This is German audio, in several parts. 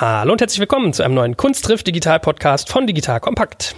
Hallo und herzlich willkommen zu einem neuen Kunsttriff Digital Podcast von Digital Kompakt.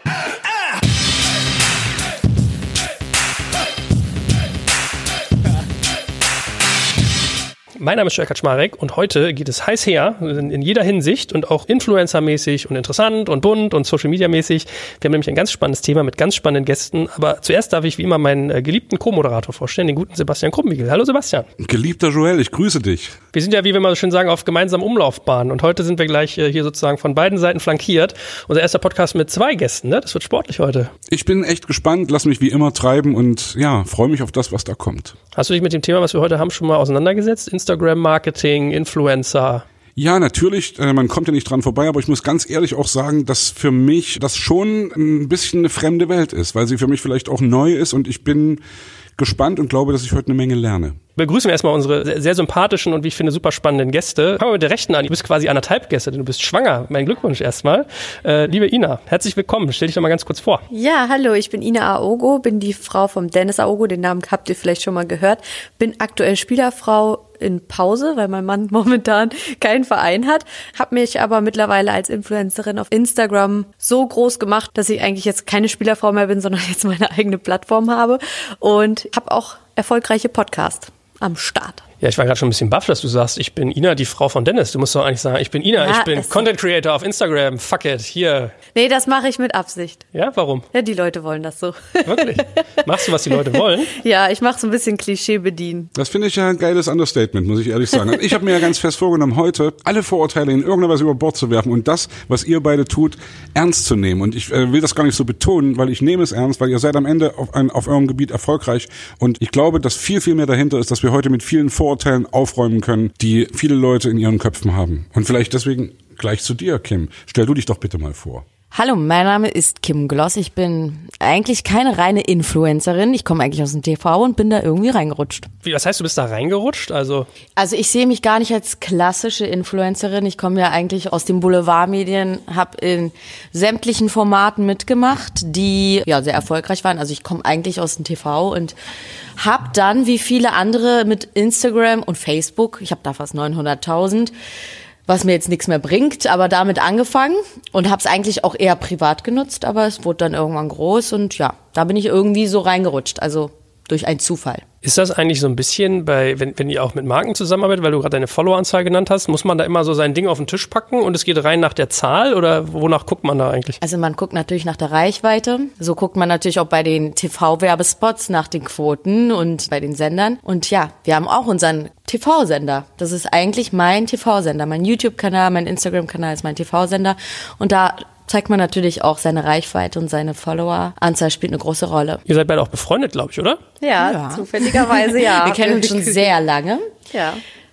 Mein Name ist Jörg Kaczmarek und heute geht es heiß her, in jeder Hinsicht und auch Influencer-mäßig und interessant und bunt und Social-Media-mäßig. Wir haben nämlich ein ganz spannendes Thema mit ganz spannenden Gästen, aber zuerst darf ich wie immer meinen geliebten Co-Moderator vorstellen, den guten Sebastian Krumbiegel. Hallo Sebastian. Geliebter Joel, ich grüße dich. Wir sind ja, wie wir mal so schön sagen, auf gemeinsamen Umlaufbahnen und heute sind wir gleich hier sozusagen von beiden Seiten flankiert. Unser erster Podcast mit 2 Gästen, ne? Das wird sportlich heute. Ich bin echt gespannt, lass mich wie immer treiben und ja, freue mich auf das, was da kommt. Hast du dich mit dem Thema, was wir heute haben, schon mal auseinandergesetzt? Instagram-Marketing, Influencer? Ja, natürlich, man kommt ja nicht dran vorbei, aber ich muss ganz ehrlich auch sagen, dass für mich das schon ein bisschen eine fremde Welt ist, weil sie für mich vielleicht auch neu ist und ich bin gespannt und glaube, dass ich heute eine Menge lerne. Begrüßen wir erstmal unsere sehr sympathischen und wie ich finde super spannenden Gäste. Fangen wir mit der Rechten an. Du bist quasi 1,5 Gäste, denn du bist schwanger. Mein Glückwunsch erstmal. Liebe Ina, herzlich willkommen. Stell dich doch mal ganz kurz vor. Ja, hallo, ich bin Ina Aogo, bin die Frau vom Dennis Aogo, den Namen habt ihr vielleicht schon mal gehört. Bin aktuell Spielerfrau in Pause, weil mein Mann momentan keinen Verein hat. Hab mich aber mittlerweile als Influencerin auf Instagram so groß gemacht, dass ich eigentlich jetzt keine Spielerfrau mehr bin, sondern jetzt meine eigene Plattform habe und habe auch erfolgreiche Podcasts am Start. Ja, ich war gerade schon ein bisschen baff, dass du sagst, ich bin Ina, die Frau von Dennis. Du musst doch eigentlich sagen, ich bin Ina, ja, ich bin Content Creator auf Instagram. Fuck it, hier. Nee, das mache ich mit Absicht. Ja, warum? Ja, die Leute wollen das so. Wirklich? Machst du, was die Leute wollen? Ja, ich mache so ein bisschen Klischee bedienen. Das finde ich ja ein geiles Understatement, muss ich ehrlich sagen. Ich habe mir ja ganz fest vorgenommen, heute alle Vorurteile in irgendeiner Weise über Bord zu werfen und das, was ihr beide tut, ernst zu nehmen. Und ich will das gar nicht so betonen, weil ich nehme es ernst, weil ihr seid am Ende auf eurem Gebiet erfolgreich. Und ich glaube, dass viel, viel mehr dahinter ist, dass wir heute mit vielen Vorurteilen aufräumen können, die viele Leute in ihren Köpfen haben. Und vielleicht deswegen gleich zu dir, Kim. Stell du dich doch bitte mal vor. Hallo, mein Name ist Kim Gloss. Ich bin eigentlich keine reine Influencerin. Ich komme eigentlich aus dem TV und bin da irgendwie reingerutscht. Was heißt, du bist da reingerutscht? Also ich sehe mich gar nicht als klassische Influencerin. Ich komme ja eigentlich aus den Boulevardmedien, habe in sämtlichen Formaten mitgemacht, die ja sehr erfolgreich waren. Also ich komme eigentlich aus dem TV und habe dann, wie viele andere, mit Instagram und Facebook, ich habe da fast 900.000, was mir jetzt nichts mehr bringt, aber damit angefangen und habe es eigentlich auch eher privat genutzt, aber es wurde dann irgendwann groß und ja, da bin ich irgendwie so reingerutscht, also durch einen Zufall. Ist das eigentlich so ein bisschen wenn ihr auch mit Marken zusammenarbeitet, weil du gerade deine Followeranzahl genannt hast, muss man da immer so sein Ding auf den Tisch packen und es geht rein nach der Zahl oder wonach guckt man da eigentlich? Also man guckt natürlich nach der Reichweite, so guckt man natürlich auch bei den TV-Werbespots nach den Quoten und bei den Sendern und ja, wir haben auch unseren TV-Sender. Das ist eigentlich mein TV-Sender, mein YouTube-Kanal, mein Instagram-Kanal ist mein TV-Sender und da zeigt man natürlich auch seine Reichweite und seine Followeranzahl spielt eine große Rolle. Ihr seid beide auch befreundet, glaube ich, oder? Ja, zufälligerweise ja. Wir kennen uns schon sehr lange. Ja.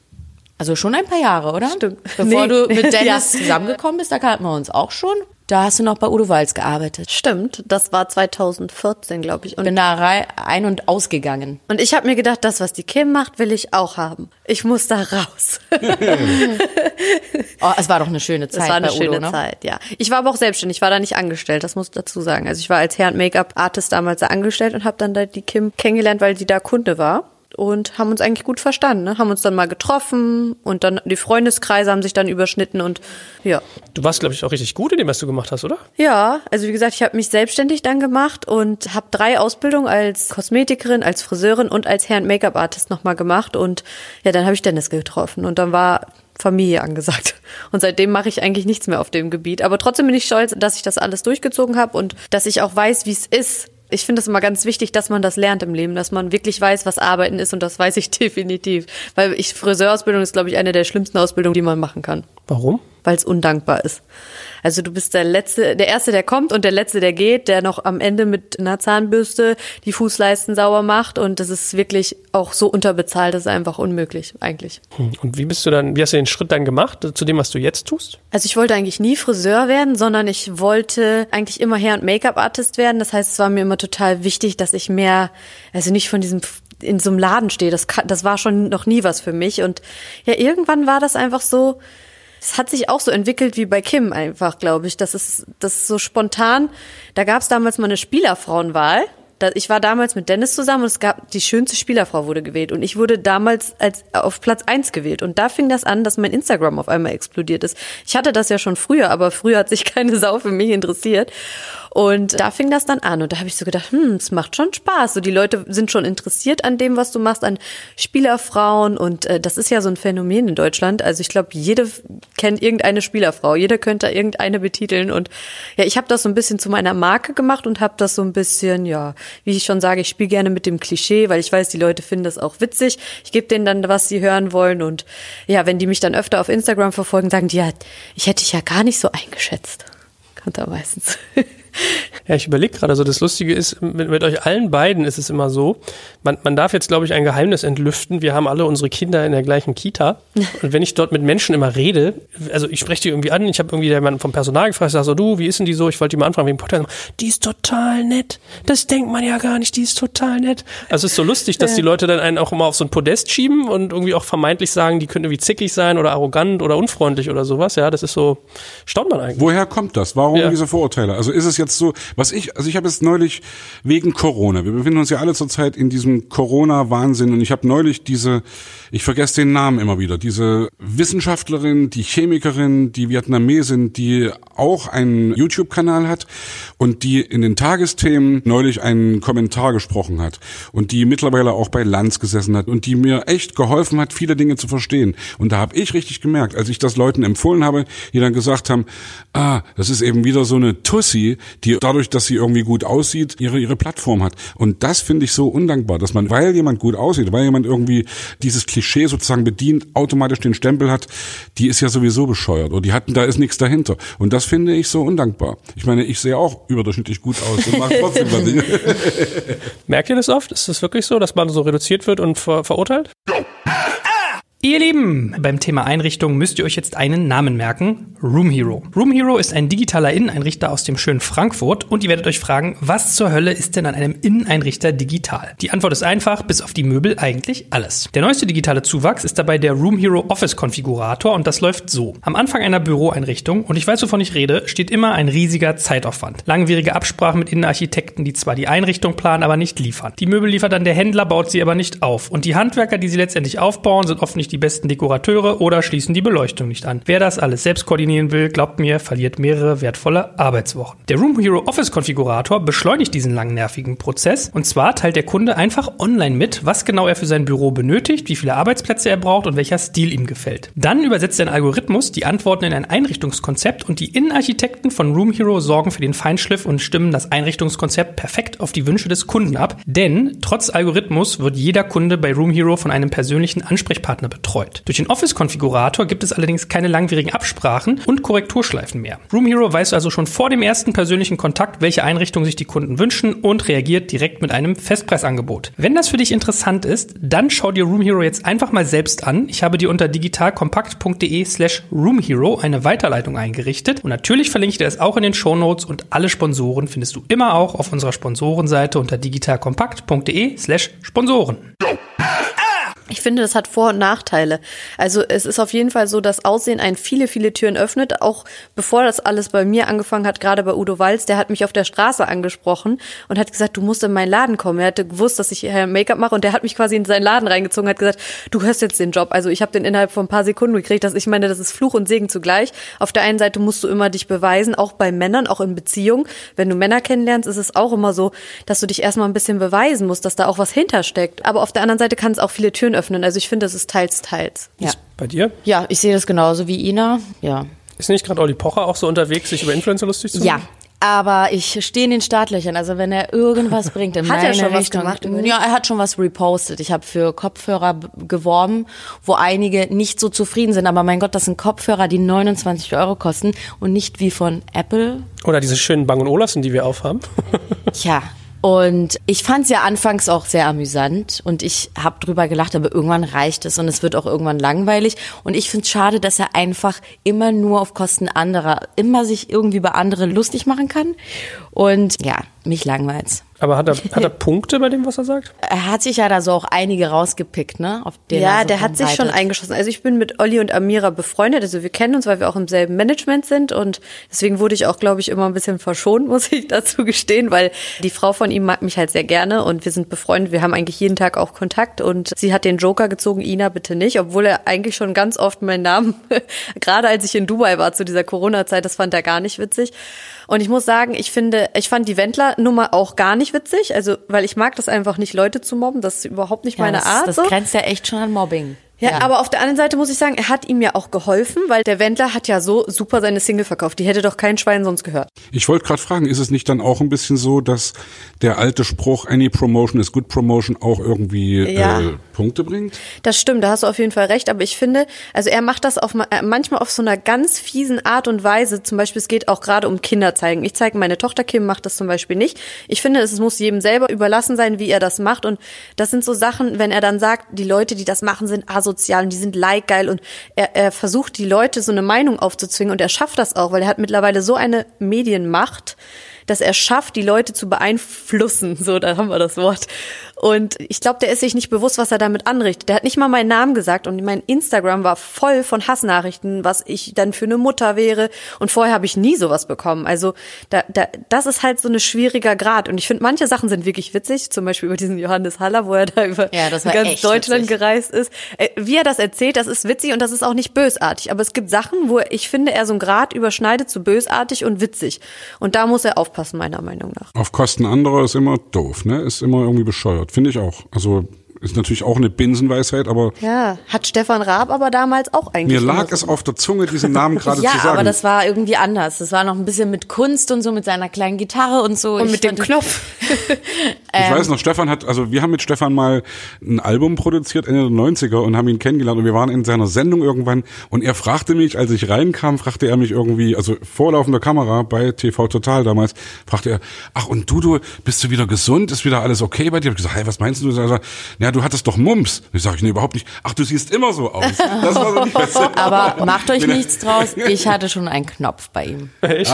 Also schon ein paar Jahre, oder? Stimmt. Bevor du mit Dennis zusammengekommen bist, da kannten wir uns auch schon. Da hast du noch bei Udo Walz gearbeitet. Stimmt, das war 2014, glaube ich. Und bin da ein- und ausgegangen. Und ich habe mir gedacht, das, was die Kim macht, will ich auch haben. Ich muss da raus. Oh, es war doch eine schöne Zeit bei Udo, Es war eine schöne Zeit, ja. Ich war aber auch selbstständig, ich war da nicht angestellt, das muss ich dazu sagen. Also ich war als Hair- und Make-up-Artist damals da angestellt und habe dann da die Kim kennengelernt, weil sie da Kunde war. Und haben uns eigentlich gut verstanden, ne? Haben uns dann mal getroffen und dann die Freundeskreise haben sich dann überschnitten und ja. Du warst, glaube ich, auch richtig gut in dem, was du gemacht hast, oder? Ja, also wie gesagt, ich habe mich selbstständig dann gemacht und habe 3 Ausbildungen als Kosmetikerin, als Friseurin und als Hair- und Make-up-Artist nochmal gemacht und ja, dann habe ich Dennis getroffen und dann war Familie angesagt. Und seitdem mache ich eigentlich nichts mehr auf dem Gebiet. Aber trotzdem bin ich stolz, dass ich das alles durchgezogen habe und dass ich auch weiß, wie es ist. Ich finde es immer ganz wichtig, dass man das lernt im Leben, dass man wirklich weiß, was Arbeiten ist und das weiß ich definitiv. Weil Friseurausbildung ist, glaube ich, eine der schlimmsten Ausbildungen, die man machen kann. Warum? Weil es undankbar ist. Also du bist der Erste, der kommt und der Letzte, der geht, der noch am Ende mit einer Zahnbürste die Fußleisten sauber macht und das ist wirklich auch so unterbezahlt, das ist einfach unmöglich eigentlich. Und wie hast du den Schritt dann gemacht zu dem, was du jetzt tust? Also ich wollte eigentlich nie Friseur werden, sondern ich wollte eigentlich immer Hair- und Make-up-Artist werden. Das heißt, es war mir immer total wichtig, dass ich mehr, also nicht von diesem in so einem Laden stehe. Das war schon noch nie was für mich und ja, irgendwann war das einfach so. Es hat sich auch so entwickelt wie bei Kim einfach, glaube ich. Das ist so spontan. Da gab es damals mal eine Spielerfrauenwahl Ich war damals mit Dennis zusammen und es gab, die schönste Spielerfrau wurde gewählt und ich wurde damals auf Platz 1 gewählt und da fing das an, dass mein Instagram auf einmal explodiert ist. Ich hatte das ja schon früher, aber früher hat sich keine Sau für mich interessiert. Und da fing das dann an und da habe ich so gedacht, es macht schon Spaß. So, die Leute sind schon interessiert an dem, was du machst, an Spielerfrauen und das ist ja so ein Phänomen in Deutschland. Also ich glaube, jede kennt irgendeine Spielerfrau, jeder könnte irgendeine betiteln und ja, ich habe das so ein bisschen zu meiner Marke gemacht und habe das so ein bisschen, ja, wie ich schon sage, ich spiele gerne mit dem Klischee, weil ich weiß, die Leute finden das auch witzig. Ich gebe denen dann, was sie hören wollen und ja, wenn die mich dann öfter auf Instagram verfolgen, sagen die, ja, ich hätte dich ja gar nicht so eingeschätzt. Kommt da meistens. Ja, ich überlege gerade, also das Lustige ist, mit euch allen beiden ist es immer so, man darf jetzt, glaube ich, ein Geheimnis entlüften. Wir haben alle unsere Kinder in der gleichen Kita. Und wenn ich dort mit Menschen immer rede, also ich spreche die irgendwie an, ich habe irgendwie jemanden vom Personal gefragt, ich sage so, du, wie ist denn die so? Ich wollte die mal anfragen wegen Podcast. Die ist total nett. Das denkt man ja gar nicht, die ist total nett. Also es ist so lustig, dass die Leute dann einen auch immer auf so ein Podest schieben und irgendwie auch vermeintlich sagen, die könnten irgendwie zickig sein oder arrogant oder unfreundlich oder sowas. Ja, das ist so, staunt man eigentlich. Woher kommt das? Warum diese Vorurteile? Also ist es jetzt so, ich habe jetzt neulich wegen Corona, wir befinden uns ja alle zurzeit in diesem Corona-Wahnsinn und ich habe neulich ich vergesse den Namen immer wieder, diese Wissenschaftlerin, die Chemikerin, die Vietnamesin, die auch einen YouTube-Kanal hat und die in den Tagesthemen neulich einen Kommentar gesprochen hat und die mittlerweile auch bei Lanz gesessen hat und die mir echt geholfen hat, viele Dinge zu verstehen. Und da habe ich richtig gemerkt, als ich das Leuten empfohlen habe, die dann gesagt haben, das ist eben wieder so eine Tussi, die dadurch, dass sie irgendwie gut aussieht, ihre Plattform hat. Und das finde ich so undankbar, dass man, weil jemand gut aussieht, weil jemand irgendwie dieses Klischee sozusagen bedient, automatisch den Stempel hat, die ist ja sowieso bescheuert oder da ist nichts dahinter. Und das finde ich so undankbar. Ich meine, ich sehe auch überdurchschnittlich gut aus und mache trotzdem was ich. Merkt ihr das oft? Ist das wirklich so, dass man so reduziert wird und verurteilt? Ihr Lieben, beim Thema Einrichtung müsst ihr euch jetzt einen Namen merken: Room Hero. Room Hero ist ein digitaler Inneneinrichter aus dem schönen Frankfurt und ihr werdet euch fragen, was zur Hölle ist denn an einem Inneneinrichter digital? Die Antwort ist einfach, bis auf die Möbel eigentlich alles. Der neueste digitale Zuwachs ist dabei der Room Hero Office Konfigurator und das läuft so. Am Anfang einer Büroeinrichtung, und ich weiß, wovon ich rede, steht immer ein riesiger Zeitaufwand. Langwierige Absprachen mit Innenarchitekten, die zwar die Einrichtung planen, aber nicht liefern. Die Möbel liefert dann der Händler, baut sie aber nicht auf. Und die Handwerker, die sie letztendlich aufbauen, sind oft nicht die besten Dekorateure oder schließen die Beleuchtung nicht an. Wer das alles selbst koordinieren will, glaubt mir, verliert mehrere wertvolle Arbeitswochen. Der Room Hero Office Konfigurator beschleunigt diesen langen, nervigen Prozess. Und zwar teilt der Kunde einfach online mit, was genau er für sein Büro benötigt, wie viele Arbeitsplätze er braucht und welcher Stil ihm gefällt. Dann übersetzt ein Algorithmus die Antworten in ein Einrichtungskonzept und die Innenarchitekten von Room Hero sorgen für den Feinschliff und stimmen das Einrichtungskonzept perfekt auf die Wünsche des Kunden ab. Denn trotz Algorithmus wird jeder Kunde bei Room Hero von einem persönlichen Ansprechpartner betreut. Durch den Office-Konfigurator gibt es allerdings keine langwierigen Absprachen und Korrekturschleifen mehr. Room Hero weiß also schon vor dem ersten persönlichen Kontakt, welche Einrichtung sich die Kunden wünschen und reagiert direkt mit einem Festpreisangebot. Wenn das für dich interessant ist, dann schau dir Room Hero jetzt einfach mal selbst an. Ich habe dir unter digitalkompakt.de/roomhero eine Weiterleitung eingerichtet und natürlich verlinke ich dir das auch in den Shownotes und alle Sponsoren findest du immer auch auf unserer Sponsorenseite unter digitalkompakt.de/Sponsoren. Ich finde, das hat Vor- und Nachteile. Also es ist auf jeden Fall so, dass Aussehen einen viele, viele Türen öffnet. Auch bevor das alles bei mir angefangen hat, gerade bei Udo Walz, der hat mich auf der Straße angesprochen und hat gesagt, du musst in meinen Laden kommen. Er hatte gewusst, dass ich Make-up mache und der hat mich quasi in seinen Laden reingezogen und hat gesagt, du hörst jetzt den Job. Also ich habe den innerhalb von ein paar Sekunden gekriegt. Ich meine, das ist Fluch und Segen zugleich. Auf der einen Seite musst du immer dich beweisen, auch bei Männern, auch in Beziehungen. Wenn du Männer kennenlernst, ist es auch immer so, dass du dich erstmal ein bisschen beweisen musst, dass da auch was hintersteckt. Aber auf der anderen Seite kann es auch viele Türen öffnen. Also ich finde, das ist teils. Ja. Ist bei dir? Ja, ich sehe das genauso wie Ina. Ja. Ist nicht gerade Olli Pocher auch so unterwegs, sich über Influencer lustig zu machen? Ja. Aber ich stehe in den Startlöchern, also wenn er irgendwas bringt in meine Richtung. Hat er schon was gemacht? Ja, er hat schon was repostet. Ich habe für Kopfhörer geworben, wo einige nicht so zufrieden sind. Aber mein Gott, das sind Kopfhörer, die 29 € kosten und nicht wie von Apple. Oder diese schönen Bang & Olufsen, die wir aufhaben. Ja. Und ich fand es ja anfangs auch sehr amüsant und ich habe drüber gelacht, aber irgendwann reicht es und es wird auch irgendwann langweilig. Und ich finde es schade, dass er einfach immer nur auf Kosten anderer, immer sich irgendwie über andere lustig machen kann. Und ja, Mich langweilt's. Aber hat er Punkte bei dem, was er sagt? Er hat sich ja da so auch einige rausgepickt, ne? Auf denen er so der hat sich schon eingeschossen. Also ich bin mit Olli und Amira befreundet, also wir kennen uns, weil wir auch im selben Management sind und deswegen wurde ich auch, glaube ich, immer ein bisschen verschont, muss ich dazu gestehen, weil die Frau von ihm mag mich halt sehr gerne und wir sind befreundet, wir haben eigentlich jeden Tag auch Kontakt und sie hat den Joker gezogen, Ina bitte nicht, obwohl er eigentlich schon ganz oft meinen Namen, gerade als ich in Dubai war zu dieser Corona-Zeit, das fand er gar nicht witzig. Und ich muss sagen, ich fand die Wendler-Nummer auch gar nicht witzig, also weil ich mag das einfach nicht, Leute zu mobben, das ist überhaupt nicht meine Art. Das grenzt ja echt schon an Mobbing. Ja, aber auf der anderen Seite muss ich sagen, er hat ihm ja auch geholfen, weil der Wendler hat ja so super seine Single verkauft. Die hätte doch kein Schwein sonst gehört. Ich wollte gerade fragen, ist es nicht dann auch ein bisschen so, dass der alte Spruch, any promotion is good promotion, auch irgendwie Punkte bringt? Das stimmt, da hast du auf jeden Fall recht. Aber ich finde, also er macht das manchmal auf so einer ganz fiesen Art und Weise. Zum Beispiel, es geht auch gerade um Kinder zeigen. Ich zeige meine Tochter, Kim macht das zum Beispiel nicht. Ich finde, es muss jedem selber überlassen sein, wie er das macht. Und das sind so Sachen, wenn er dann sagt, die Leute, die das machen, sind asozial und die sind like-geil und er versucht, die Leute so eine Meinung aufzuzwingen und er schafft das auch, weil er hat mittlerweile so eine Medienmacht, dass er schafft, die Leute zu beeinflussen. So, da haben wir das Wort. Und ich glaube, der ist sich nicht bewusst, was er damit anrichtet. Der hat nicht mal meinen Namen gesagt und mein Instagram war voll von Hassnachrichten, was ich dann für eine Mutter wäre. Und vorher habe ich nie sowas bekommen. Also das ist halt so ein schwieriger Grad. Und ich finde, manche Sachen sind wirklich witzig. Zum Beispiel über diesen Johannes Haller, wo er da über ganz Deutschland gereist ist. Wie er das erzählt, das ist witzig und das ist auch nicht bösartig. Aber es gibt Sachen, wo ich finde, er so einen Grad überschneidet zu bösartig und witzig. Und da muss er aufpassen, meiner Meinung nach. Auf Kosten anderer ist immer doof, ne? Ist immer irgendwie bescheuert. Finde ich auch. Also ist natürlich auch eine Binsenweisheit, aber... Ja, hat Stefan Raab aber damals auch eigentlich... Mir lag es auf der Zunge, diesen Namen gerade zu sagen. Ja, aber das war irgendwie anders. Das war noch ein bisschen mit Kunst und so, mit seiner kleinen Gitarre und so. Und mit dem Knopf. Ich weiß noch, wir haben mit Stefan mal ein Album produziert, Ende der 90er und haben ihn kennengelernt und wir waren in seiner Sendung irgendwann und er fragte mich, als ich reinkam, fragte er mich irgendwie, also vorlaufender Kamera bei TV Total damals, fragte er, ach und du bist du wieder gesund? Ist wieder alles okay bei dir? Ich habe gesagt, hey, was meinst du? Ja, du hattest doch Mumps. Ich sage, nee, überhaupt nicht. Ach, du siehst immer so aus. Das war so die Beste. Aber macht euch nichts draus. Ich hatte schon einen Knopf bei ihm. Echt?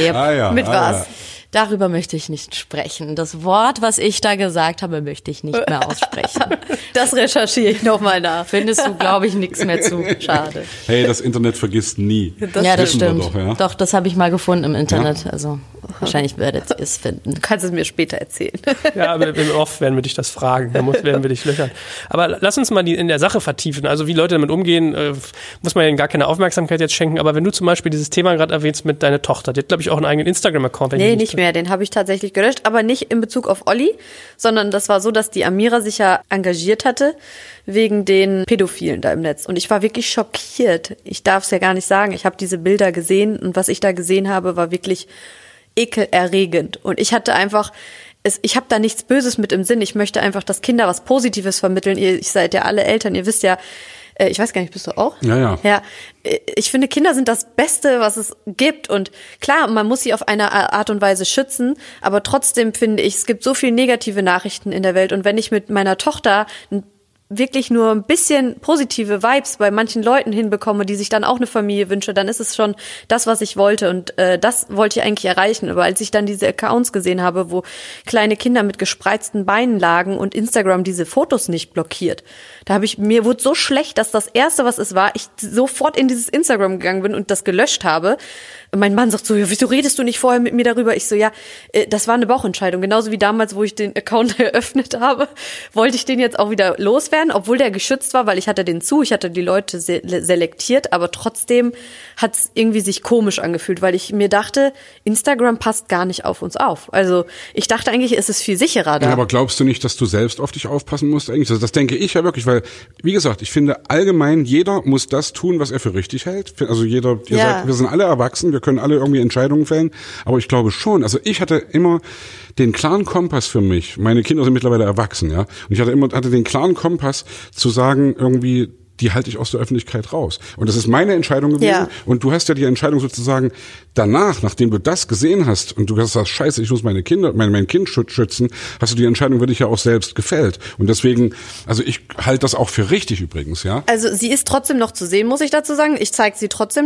Mit was? Ja. Darüber möchte ich nicht sprechen. Das Wort, was ich da gesagt habe, möchte ich nicht mehr aussprechen. Das recherchiere ich nochmal nach. Findest du, glaube ich, nichts mehr zu. Schade. Hey, das Internet vergisst nie. Das stimmt. Doch, ja? Doch, das habe ich mal gefunden im Internet. Ja. Also wahrscheinlich werdet ihr es finden. Du kannst es mir später erzählen. Ja, aber im Off werden wir dich das fragen. Da werden wir dich löchern. Aber lass uns mal in der Sache vertiefen. Also wie Leute damit umgehen, muss man ja gar keine Aufmerksamkeit jetzt schenken. Aber wenn du zum Beispiel dieses Thema gerade erwähnst mit deiner Tochter, die hat, glaube ich, auch einen eigenen Instagram-Account. Nee, nicht mehr. Den habe ich tatsächlich gelöscht. Aber nicht in Bezug auf Olli, sondern das war so, dass die Amira sich ja engagiert hatte wegen den Pädophilen da im Netz. Und ich war wirklich schockiert. Ich darf es ja gar nicht sagen. Ich habe diese Bilder gesehen und was ich da gesehen habe, war wirklich ekelerregend. Und ich hatte einfach... Ich habe da nichts Böses mit im Sinn. Ich möchte einfach, dass Kinder was Positives vermitteln. Ihr seid ja alle Eltern, ihr wisst ja, ich weiß gar nicht, bist du auch? Ja. Ja, ich finde, Kinder sind das Beste, was es gibt. Und klar, man muss sie auf eine Art und Weise schützen. Aber trotzdem finde ich, es gibt so viele negative Nachrichten in der Welt. Und wenn ich mit meiner Tochter wirklich nur ein bisschen positive Vibes bei manchen Leuten hinbekomme, die sich dann auch eine Familie wünschen, dann ist es schon das, was ich wollte. Und das wollte ich eigentlich erreichen. Aber als ich dann diese Accounts gesehen habe, wo kleine Kinder mit gespreizten Beinen lagen und Instagram diese Fotos nicht blockiert, mir wurde so schlecht, dass das Erste, was es war, ich sofort in dieses Instagram gegangen bin und das gelöscht habe. Mein Mann sagt so, wieso redest du nicht vorher mit mir darüber? Ich so, ja, das war eine Bauchentscheidung. Genauso wie damals, wo ich den Account eröffnet habe, wollte ich den jetzt auch wieder loswerden, obwohl der geschützt war, weil ich hatte die Leute selektiert, aber trotzdem hat es irgendwie sich komisch angefühlt, weil ich mir dachte, Instagram passt gar nicht auf uns auf. Also ich dachte eigentlich, ist es viel sicherer da. Ja, aber glaubst du nicht, dass du selbst auf dich aufpassen musst eigentlich? Das denke ich ja wirklich, weil, wie gesagt, ich finde allgemein, jeder muss das tun, was er für richtig hält. Also wir sind alle erwachsen, wir können alle irgendwie Entscheidungen fällen, aber ich glaube schon, also ich hatte immer den klaren Kompass für mich, meine Kinder sind mittlerweile erwachsen, ja, und ich hatte den klaren Kompass zu sagen, irgendwie, die halte ich aus der Öffentlichkeit raus. Und das ist meine Entscheidung gewesen. Ja. Und du hast ja die Entscheidung sozusagen danach, nachdem du das gesehen hast und du hast gesagt, scheiße, ich muss mein Kind schützen, hast du die Entscheidung für dich ja auch selbst gefällt. Und deswegen, also ich halte das auch für richtig übrigens, ja. Also sie ist trotzdem noch zu sehen, muss ich dazu sagen. Ich zeige sie trotzdem noch.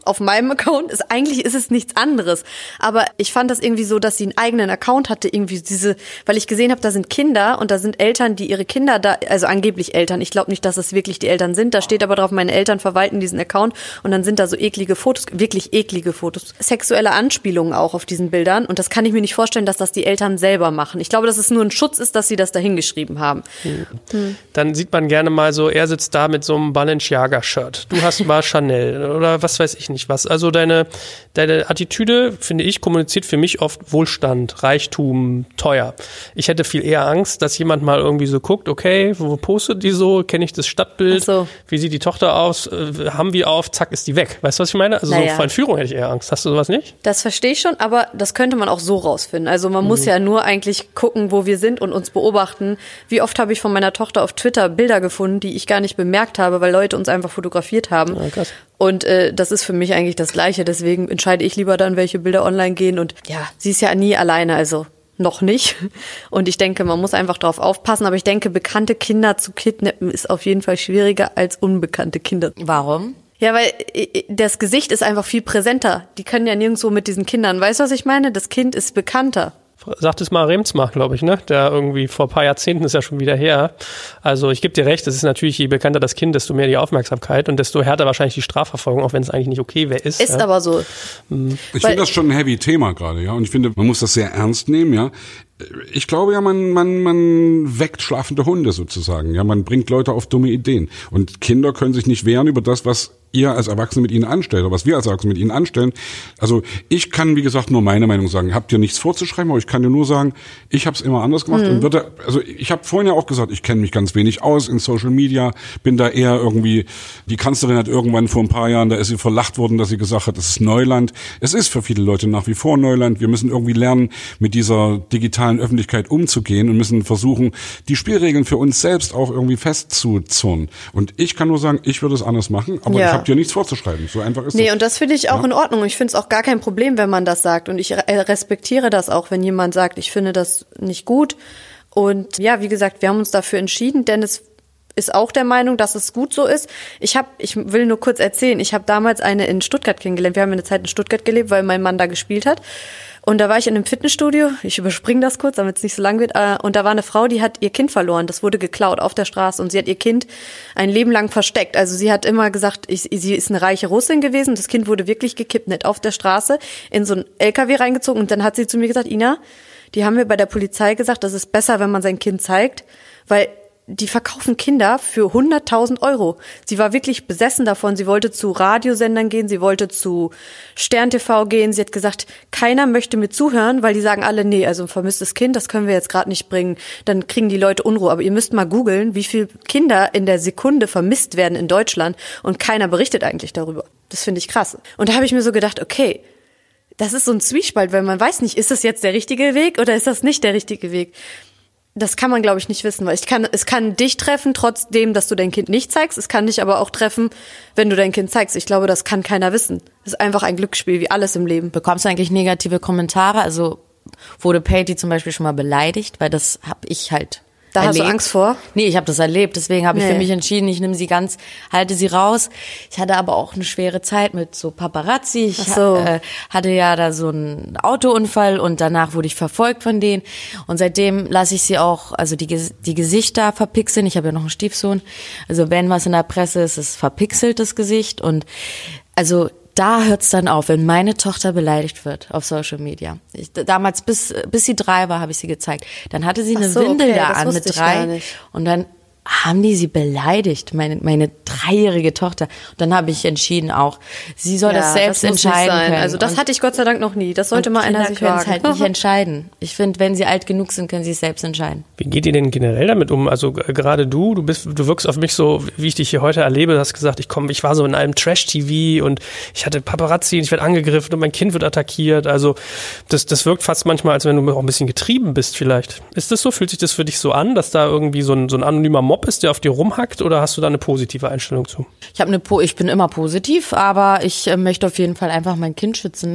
auf meinem Account ist, eigentlich ist es nichts anderes. Aber ich fand das irgendwie so, dass sie einen eigenen Account hatte, irgendwie weil ich gesehen habe, da sind Kinder und da sind Eltern, die ihre Kinder da, also angeblich Eltern, ich glaube nicht, dass es wirklich die Eltern sind, da steht aber drauf, meine Eltern verwalten diesen Account und dann sind da so eklige Fotos, wirklich eklige Fotos, sexuelle Anspielungen auch auf diesen Bildern und das kann ich mir nicht vorstellen, dass das die Eltern selber machen. Ich glaube, dass es nur ein Schutz ist, dass sie das da hingeschrieben haben. Dann sieht man gerne mal so, er sitzt da mit so einem Balenciaga-Shirt. Du hast mal Chanel oder was weiß ich nicht was. Also deine Attitüde, finde ich, kommuniziert für mich oft Wohlstand, Reichtum, teuer. Ich hätte viel eher Angst, dass jemand mal irgendwie so guckt, okay, wo postet die so? Kenne ich das Stadtbild? So. Wie sieht die Tochter aus? Haben wir auf? Zack, ist die weg. Weißt du, was ich meine? Also so vor Entführung hätte ich eher Angst. Hast du sowas nicht? Das verstehe ich schon, aber das könnte man auch so rausfinden. Also man muss ja nur eigentlich gucken, wo wir sind und uns beobachten. Wie oft habe ich von meiner Tochter auf Twitter Bilder gefunden, die ich gar nicht bemerkt habe, weil Leute uns einfach fotografiert haben. Ja, krass. Und das ist für mich eigentlich das Gleiche. Deswegen entscheide ich lieber dann, welche Bilder online gehen. Und ja, sie ist ja nie alleine, also noch nicht. Und ich denke, man muss einfach drauf aufpassen. Aber ich denke, bekannte Kinder zu kidnappen ist auf jeden Fall schwieriger als unbekannte Kinder. Warum? Ja, weil das Gesicht ist einfach viel präsenter. Die können ja nirgendwo mit diesen Kindern. Weißt du, was ich meine? Das Kind ist bekannter. Sagt es mal Remsmar, glaube ich, ne? Der irgendwie vor ein paar Jahrzehnten ist ja schon wieder her. Also ich gebe dir recht, es ist natürlich, je bekannter das Kind, desto mehr die Aufmerksamkeit und desto härter wahrscheinlich die Strafverfolgung, auch wenn es eigentlich nicht okay ist. Ist aber so. Ich finde das schon ein heavy Thema gerade, ja. Und ich finde, man muss das sehr ernst nehmen, ja. Ich glaube ja, man weckt schlafende Hunde sozusagen, ja. Man bringt Leute auf dumme Ideen. Und Kinder können sich nicht wehren über das, was ihr als Erwachsene mit ihnen anstellt, oder was wir als Erwachsene mit ihnen anstellen. Also ich kann, wie gesagt, nur meine Meinung sagen. Habt ihr nichts vorzuschreiben, aber ich kann dir nur sagen, ich habe es immer anders gemacht und ich habe vorhin ja auch gesagt, ich kenne mich ganz wenig aus in Social Media, bin da eher irgendwie, die Kanzlerin hat irgendwann vor ein paar Jahren, da ist sie verlacht worden, dass sie gesagt hat, das ist Neuland. Es ist für viele Leute nach wie vor Neuland. Wir müssen irgendwie lernen, mit dieser digitalen Öffentlichkeit umzugehen und müssen versuchen, die Spielregeln für uns selbst auch irgendwie festzuzurren. Und ich kann nur sagen, ich würde es anders machen, aber ich habe dir nichts vorzuschreiben. So einfach ist das. Nee, und das finde ich auch in Ordnung. Ich finde es auch gar kein Problem, wenn man das sagt. Und ich respektiere das auch, wenn jemand sagt, ich finde das nicht gut. Und ja, wie gesagt, wir haben uns dafür entschieden, Dennis ist auch der Meinung, dass es gut so ist. Ich will nur kurz erzählen, ich habe damals eine in Stuttgart kennengelernt. Wir haben eine Zeit in Stuttgart gelebt, weil mein Mann da gespielt hat. Und da war ich in einem Fitnessstudio, ich überspringe das kurz, damit es nicht so lang wird, und da war eine Frau, die hat ihr Kind verloren, das wurde geklaut auf der Straße und sie hat ihr Kind ein Leben lang versteckt. Also sie hat immer gesagt, sie ist eine reiche Russin gewesen, das Kind wurde wirklich gekidnappt auf der Straße, in so einen LKW reingezogen und dann hat sie zu mir gesagt, Ina, die haben wir bei der Polizei gesagt, das ist besser, wenn man sein Kind zeigt, weil die verkaufen Kinder für 100.000 Euro. Sie war wirklich besessen davon. Sie wollte zu Radiosendern gehen, sie wollte zu Stern TV gehen. Sie hat gesagt, keiner möchte mir zuhören, weil die sagen alle, nee, also ein vermisstes Kind, das können wir jetzt gerade nicht bringen. Dann kriegen die Leute Unruhe. Aber ihr müsst mal googeln, wie viele Kinder in der Sekunde vermisst werden in Deutschland und keiner berichtet eigentlich darüber. Das finde ich krass. Und da habe ich mir so gedacht, okay, das ist so ein Zwiespalt, weil man weiß nicht, ist das jetzt der richtige Weg oder ist das nicht der richtige Weg? Das kann man, glaube ich, nicht wissen, weil es kann dich treffen, trotzdem, dass du dein Kind nicht zeigst. Es kann dich aber auch treffen, wenn du dein Kind zeigst. Ich glaube, das kann keiner wissen. Das ist einfach ein Glücksspiel, wie alles im Leben. Bekommst du eigentlich negative Kommentare? Also wurde Patty zum Beispiel schon mal beleidigt? Weil das habe ich halt Da erlebt. hast du Angst vor? Nee, ich habe das erlebt. Deswegen habe ich für mich entschieden, ich nehme sie ganz, halte sie raus. Ich hatte aber auch eine schwere Zeit mit so Paparazzi. Ich hatte ja da so einen Autounfall und danach wurde ich verfolgt von denen. Und seitdem lasse ich sie auch, also die Gesichter verpixeln. Ich habe ja noch einen Stiefsohn. Also wenn was in der Presse ist, ist verpixelt das Gesicht. Und also da hört's dann auf, wenn meine Tochter beleidigt wird auf Social Media. Damals, bis sie 3 war, habe ich sie gezeigt. Dann hatte sie eine Windel da an mit 3 und dann haben die sie beleidigt, meine 3-jährige Tochter. Und dann habe ich entschieden auch, sie soll das selbst entscheiden können. Also das hatte ich Gott sei Dank noch nie. Das sollte mal einer sich wagen. Kinder können es halt nicht entscheiden. Ich finde, wenn sie alt genug sind, können sie es selbst entscheiden. Wie geht ihr denn generell damit um? Also gerade du wirkst auf mich so, wie ich dich hier heute erlebe, du hast gesagt, ich war so in einem Trash-TV und ich hatte Paparazzi und ich werde angegriffen und mein Kind wird attackiert. Also das wirkt fast manchmal, als wenn du auch ein bisschen getrieben bist vielleicht. Ist das so? Fühlt sich das für dich so an, dass da irgendwie so ein anonymer Mob ist, der auf dir rumhackt, oder hast du da eine positive Einstellung zu? Ich bin immer positiv, aber ich möchte auf jeden Fall einfach mein Kind schützen.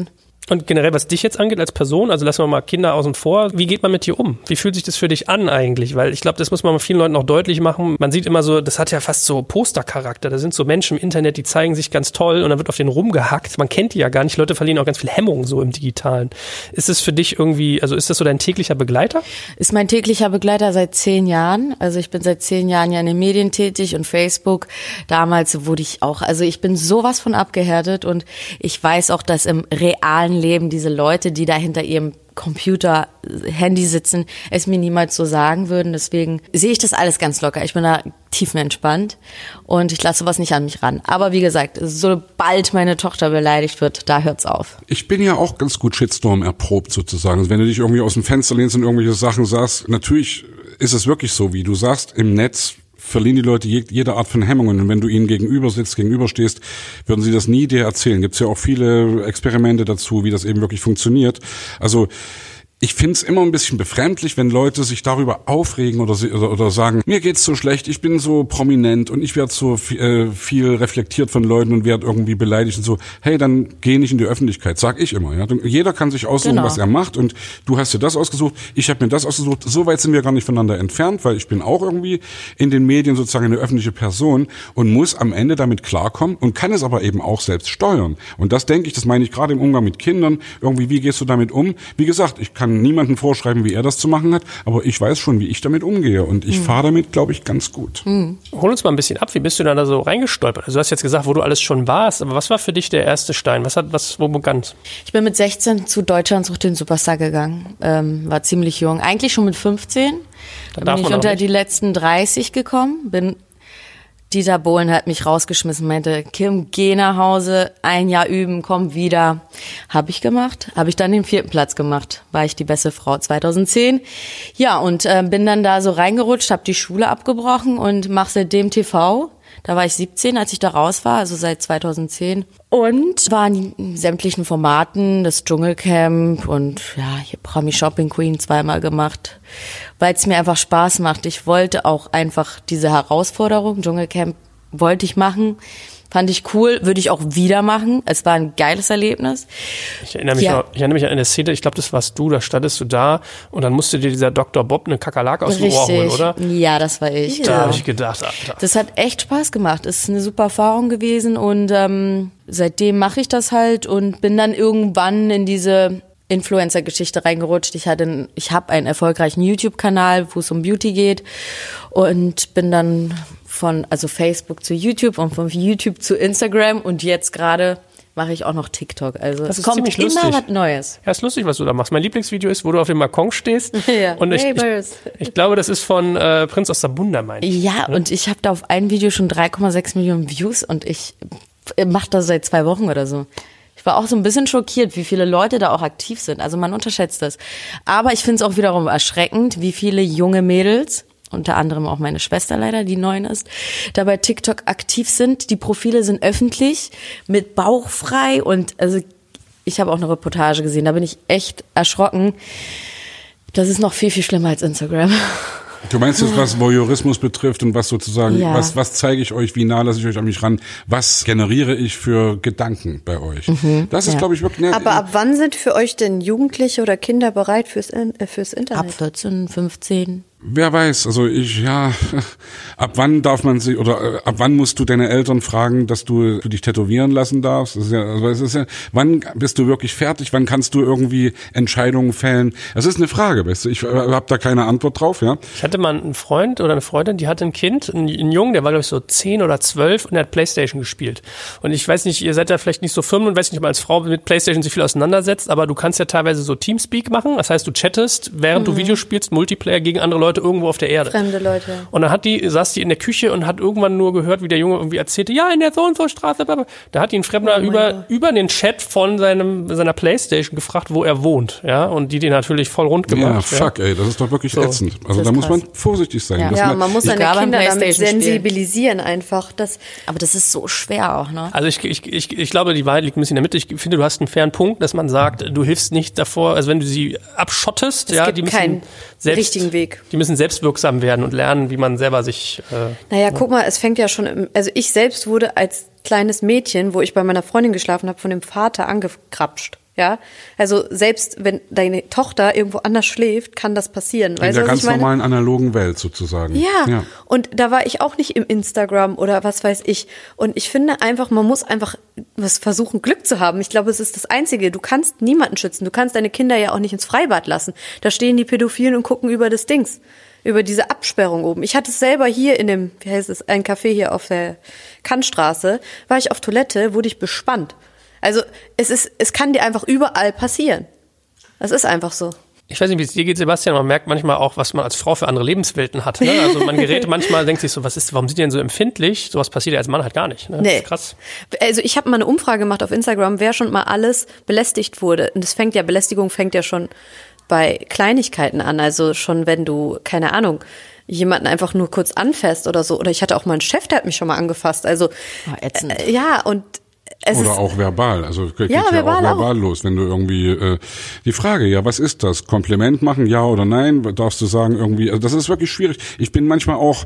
Und generell, was dich jetzt angeht als Person, also lassen wir mal Kinder außen vor, wie geht man mit dir um? Wie fühlt sich das für dich an eigentlich? Weil ich glaube, das muss man vielen Leuten auch deutlich machen. Man sieht immer so, das hat ja fast so Postercharakter. Da sind so Menschen im Internet, die zeigen sich ganz toll und dann wird auf den rumgehackt. Man kennt die ja gar nicht. Leute verlieren auch ganz viel Hemmung so im Digitalen. Ist es für dich irgendwie, also ist das so dein täglicher Begleiter? Ist mein täglicher Begleiter seit 10 Jahren. Also ich bin seit 10 Jahren ja in den Medien tätig und Facebook. Damals wurde ich auch, also ich bin sowas von abgehärtet und ich weiß auch, dass im realen Leben diese Leute, die da hinter ihrem Computer, Handy sitzen, es mir niemals so sagen würden. Deswegen sehe ich das alles ganz locker. Ich bin da tiefenentspannt und ich lasse sowas nicht an mich ran. Aber wie gesagt, sobald meine Tochter beleidigt wird, da hört's auf. Ich bin ja auch ganz gut Shitstorm erprobt sozusagen. Also wenn du dich irgendwie aus dem Fenster lehnst und irgendwelche Sachen sagst, natürlich ist es wirklich so, wie du sagst, im Netz verlieren die Leute jede Art von Hemmungen. Und wenn du ihnen gegenüberstehst, würden sie das nie dir erzählen. Gibt's ja auch viele Experimente dazu, wie das eben wirklich funktioniert. Also ich find's immer ein bisschen befremdlich, wenn Leute sich darüber aufregen oder sagen, mir geht's so schlecht, ich bin so prominent und ich werde so viel reflektiert von Leuten und werde irgendwie beleidigt und so. Hey, dann geh nicht in die Öffentlichkeit, sag ich immer. Ja, jeder kann sich aussuchen, was er macht und du hast dir das ausgesucht, ich habe mir das ausgesucht. So weit sind wir gar nicht voneinander entfernt, weil ich bin auch irgendwie in den Medien sozusagen eine öffentliche Person und muss am Ende damit klarkommen und kann es aber eben auch selbst steuern. Und das denke ich, das meine ich gerade im Umgang mit Kindern. Irgendwie, wie gehst du damit um? Wie gesagt, ich kann niemanden vorschreiben, wie er das zu machen hat, aber ich weiß schon, wie ich damit umgehe und ich fahre damit, glaube ich, ganz gut. Hol uns mal ein bisschen ab, wie bist du da so reingestolpert? Also du hast jetzt gesagt, wo du alles schon warst, aber was war für dich der erste Stein? Wo begann? Ich bin mit 16 zu Deutschland sucht den Superstar gegangen, war ziemlich jung, eigentlich schon mit 15, da bin ich unter die letzten 30 gekommen, Dieter Bohlen hat mich rausgeschmissen, meinte, Kim, geh nach Hause, 1 Jahr üben, komm wieder. Habe ich gemacht, habe ich dann den 4. Platz gemacht, war ich die beste Frau 2010. Ja, und bin dann da so reingerutscht, habe die Schule abgebrochen und mache seitdem TV. Da war ich 17, als ich da raus war, also seit 2010. Und war in sämtlichen Formaten, das Dschungelcamp und ja, hier Promi Shopping Queen 2-mal gemacht, weil es mir einfach Spaß macht. Ich wollte auch einfach diese Herausforderung, Dschungelcamp wollte ich machen. Fand ich cool, würde ich auch wieder machen. Es war ein geiles Erlebnis. Ich erinnere mich an eine Szene, ich glaube, das warst du, da standest du da und dann musste dir dieser Dr. Bob eine Kakerlake aus dem Ohr holen, oder? Ja, das war ich. Da habe ich gedacht, Alter. Das hat echt Spaß gemacht. Es ist eine super Erfahrung gewesen und seitdem mache ich das halt und bin dann irgendwann in diese Influencer-Geschichte reingerutscht. Ich habe einen erfolgreichen YouTube-Kanal, wo es um Beauty geht und bin dann von Facebook zu YouTube und von YouTube zu Instagram und jetzt gerade mache ich auch noch TikTok. Also es kommt immer was Neues. Ja, ist lustig, was du da machst. Mein Lieblingsvideo ist, wo du auf dem Balkon stehst. Ja. Und ich glaube, das ist von Prinz aus Zamunda, meine ich. Ja, und ich habe da auf ein Video schon 3,6 Millionen Views und ich mache das seit 2 Wochen oder so. Ich war auch so ein bisschen schockiert, wie viele Leute da auch aktiv sind. Also man unterschätzt das. Aber ich finde es auch wiederum erschreckend, wie viele junge Mädels, unter anderem auch meine Schwester leider, die 9 ist, da bei TikTok aktiv sind. Die Profile sind öffentlich, mit Bauch frei und also ich habe auch eine Reportage gesehen, da bin ich echt erschrocken. Das ist noch viel, viel schlimmer als Instagram. Du meinst jetzt, was Voyeurismus betrifft und was sozusagen, was zeige ich euch, wie nah lasse ich euch an mich ran, was generiere ich für Gedanken bei euch? Das ist, glaube ich, wirklich... Aber ab wann sind für euch denn Jugendliche oder Kinder bereit fürs Internet? Ab 14, 15. Wer weiß, also ab wann darf man sie oder ab wann musst du deine Eltern fragen, dass du dich tätowieren lassen darfst? Wann bist du wirklich fertig? Wann kannst du irgendwie Entscheidungen fällen? Das ist eine Frage, weißt du? Ich habe da keine Antwort drauf, ja. Ich hatte mal einen Freund oder eine Freundin, die hatte ein Kind, einen Jungen, der war glaube ich so 10 oder 12 und der hat Playstation gespielt. Und ich weiß nicht, ihr seid ja vielleicht nicht so firm und weiß nicht, ob man als Frau mit Playstation sich viel auseinandersetzt, aber du kannst ja teilweise so Teamspeak machen. Das heißt, du chattest, während du Videos spielst, Multiplayer gegen andere Leute irgendwo auf der Erde. Fremde Leute. Und dann saß die in der Küche und hat irgendwann nur gehört, wie der Junge irgendwie erzählte, ja, in der so und so Straße. Da hat ihn ein Fremder über den Chat von seiner Playstation gefragt, wo er wohnt. Ja, und die den natürlich voll rund gemacht. Ja, fuck, ey, das ist doch wirklich ätzend. Also da muss man vorsichtig sein. Ja, man muss seine Kinder damit sensibilisieren einfach. Aber das ist so schwer auch, ne? Also ich glaube, die Wahrheit liegt ein bisschen in der Mitte. Ich finde, du hast einen fairen Punkt, dass man sagt, du hilfst nicht davor, also wenn du sie abschottest, es gibt keinen richtigen Weg. Die müssen selbstwirksam werden und lernen, wie man selber sich... guck mal, es fängt ja schon... Also ich selbst wurde als kleines Mädchen, wo ich bei meiner Freundin geschlafen habe, von dem Vater angekrapscht. Ja, also selbst wenn deine Tochter irgendwo anders schläft, kann das passieren. In der ganz normalen analogen Welt sozusagen. Ja, und da war ich auch nicht im Instagram oder was weiß ich. Und ich finde einfach, man muss einfach versuchen, Glück zu haben. Ich glaube, es ist das Einzige. Du kannst niemanden schützen. Du kannst deine Kinder ja auch nicht ins Freibad lassen. Da stehen die Pädophilen und gucken über das Dings, über diese Absperrung oben. Ich hatte es selber hier in dem, wie heißt es, ein Café hier auf der Kantstraße, war ich auf Toilette, wurde ich bespannt. Also es kann dir einfach überall passieren. Das ist einfach so. Ich weiß nicht, wie es dir geht, Sebastian, man merkt manchmal auch, was man als Frau für andere Lebenswelten hat. Ne? Also man gerät manchmal, denkt sich so, warum sind die denn so empfindlich? Sowas passiert ja als Mann halt gar nicht. Ne? Nee. Das ist krass. Also ich habe mal eine Umfrage gemacht auf Instagram, wer schon mal alles belästigt wurde. Und Belästigung fängt ja schon bei Kleinigkeiten an. Also schon, wenn du, keine Ahnung, jemanden einfach nur kurz anfasst oder so. Oder ich hatte auch mal einen Chef, der hat mich schon mal angefasst. Also ätzend. Ja, und oder auch verbal, also geht ja verbal auch verbal los, wenn du irgendwie die Frage, ja, was ist das? Kompliment machen, ja oder nein? Darfst du sagen irgendwie, also das ist wirklich schwierig. Ich bin manchmal auch,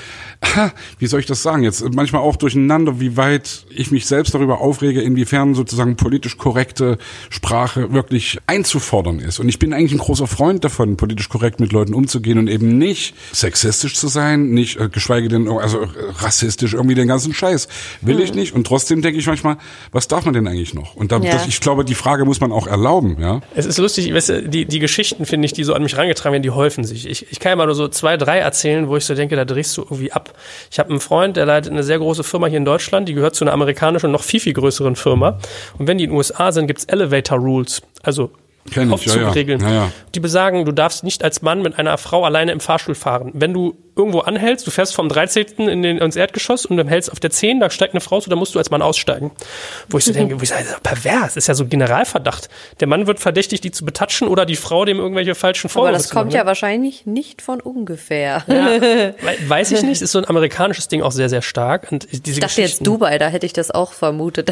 wie soll ich das sagen jetzt, manchmal auch durcheinander, wie weit ich mich selbst darüber aufrege, inwiefern sozusagen politisch korrekte Sprache wirklich einzufordern ist. Und ich bin eigentlich ein großer Freund davon, politisch korrekt mit Leuten umzugehen und eben nicht sexistisch zu sein, nicht geschweige denn also rassistisch, irgendwie den ganzen Scheiß. Will ich nicht. Und trotzdem denke ich manchmal, was darf man denn eigentlich noch? Und ich glaube, die Frage muss man auch erlauben. Ja. Es ist lustig, weißt du, die Geschichten, finde ich, die so an mich herangetragen werden, die häufen sich. Ich kann ja mal nur so 2, 3 erzählen, wo ich so denke, da drehst du irgendwie ab. Ich habe einen Freund, der leitet eine sehr große Firma hier in Deutschland, die gehört zu einer amerikanischen und noch viel, viel größeren Firma. Und wenn die in den USA sind, gibt's Elevator Rules, also Aufzugregeln. Ja. Die besagen, du darfst nicht als Mann mit einer Frau alleine im Fahrstuhl fahren. Wenn du irgendwo anhältst, du fährst vom 13. ins Erdgeschoss und dann hältst auf der 10, da steigt eine Frau zu, dann musst du als Mann aussteigen. Wo ich so denke, das ist pervers, das ist ja so ein Generalverdacht. Der Mann wird verdächtig, die zu betatschen oder die Frau dem irgendwelche falschen Vorwürfe Aber das kommt ja wahrscheinlich nicht von ungefähr. Ja, weiß ich nicht, ist so ein amerikanisches Ding auch sehr, sehr stark. Und ich dachte jetzt Dubai, da hätte ich das auch vermutet,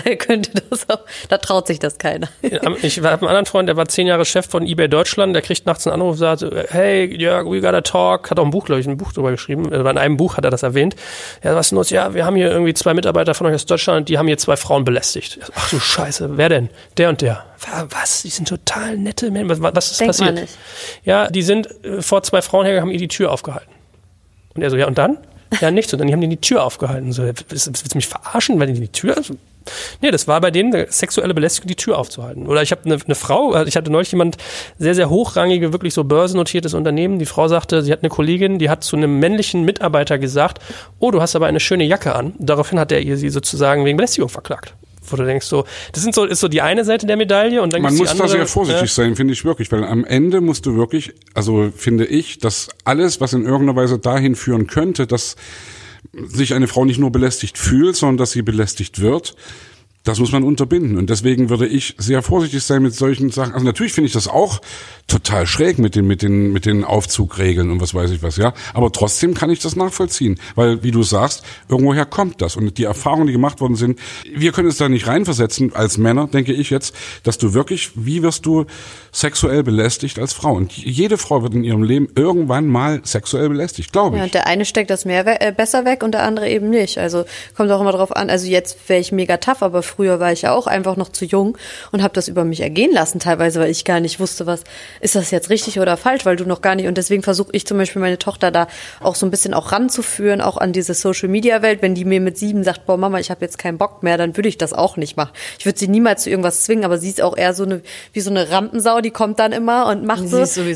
da traut sich das keiner. Ich habe einen anderen Freund, der war 10 Jahre Chef von eBay Deutschland, der kriegt nachts einen Anruf und sagt, hey, Jörg, we gotta talk, hat auch ein Buch drüber geschrieben, in einem Buch hat er das erwähnt. Ja, was ist los? Ja, wir haben hier irgendwie 2 Mitarbeiter von euch aus Deutschland, die haben hier 2 Frauen belästigt. Ach du Scheiße, wer denn? Der und der. Was? Die sind total nette Menschen. Was ist Denk passiert? Man nicht. Ja, die sind vor 2 Frauen hergegangen, haben ihr die Tür aufgehalten. Und er so, ja und dann? Ja, nichts. Und dann die haben die Tür aufgehalten. So, willst du mich verarschen, weil die Tür... Nee, das war bei denen eine sexuelle Belästigung, die Tür aufzuhalten. Oder ich habe eine Frau, ich hatte neulich jemand, sehr, sehr hochrangige, wirklich so börsennotiertes Unternehmen. Die Frau sagte, sie hat eine Kollegin, die hat zu einem männlichen Mitarbeiter gesagt, oh, du hast aber eine schöne Jacke an. Daraufhin hat er sie sozusagen wegen Belästigung verklagt. Wo du denkst, das ist so die eine Seite der Medaille. Und dann man muss da sehr vorsichtig sein, finde ich wirklich, weil am Ende musst du wirklich, also finde ich, dass alles, was in irgendeiner Weise dahin führen könnte, dass sich eine Frau nicht nur belästigt fühlt, sondern dass sie belästigt wird, das muss man unterbinden. Und deswegen würde ich sehr vorsichtig sein mit solchen Sachen. Also natürlich finde ich das auch total schräg mit den Aufzugregeln und was weiß ich was, ja. Aber trotzdem kann ich das nachvollziehen. Weil, wie du sagst, irgendwoher kommt das. Und die Erfahrungen, die gemacht worden sind, wir können es da nicht reinversetzen als Männer, denke ich jetzt, dass du wirklich, wie wirst du sexuell belästigt als Frau? Und jede Frau wird in ihrem Leben irgendwann mal sexuell belästigt, glaube ich. Ja, und der eine steckt das besser weg und der andere eben nicht. Also kommt auch immer drauf an. Also jetzt wäre ich mega tough, aber früher war ich ja auch einfach noch zu jung und habe das über mich ergehen lassen teilweise, weil ich gar nicht wusste, ist das jetzt richtig oder falsch, weil du noch gar nicht, und deswegen versuche ich zum Beispiel meine Tochter da auch so ein bisschen auch ranzuführen, auch an diese Social-Media-Welt. Wenn die mir mit 7 sagt, boah Mama, ich habe jetzt keinen Bock mehr, dann würde ich das auch nicht machen. Ich würde sie niemals zu irgendwas zwingen, aber sie ist auch eher wie so eine Rampensau, die kommt dann immer und macht so. Sie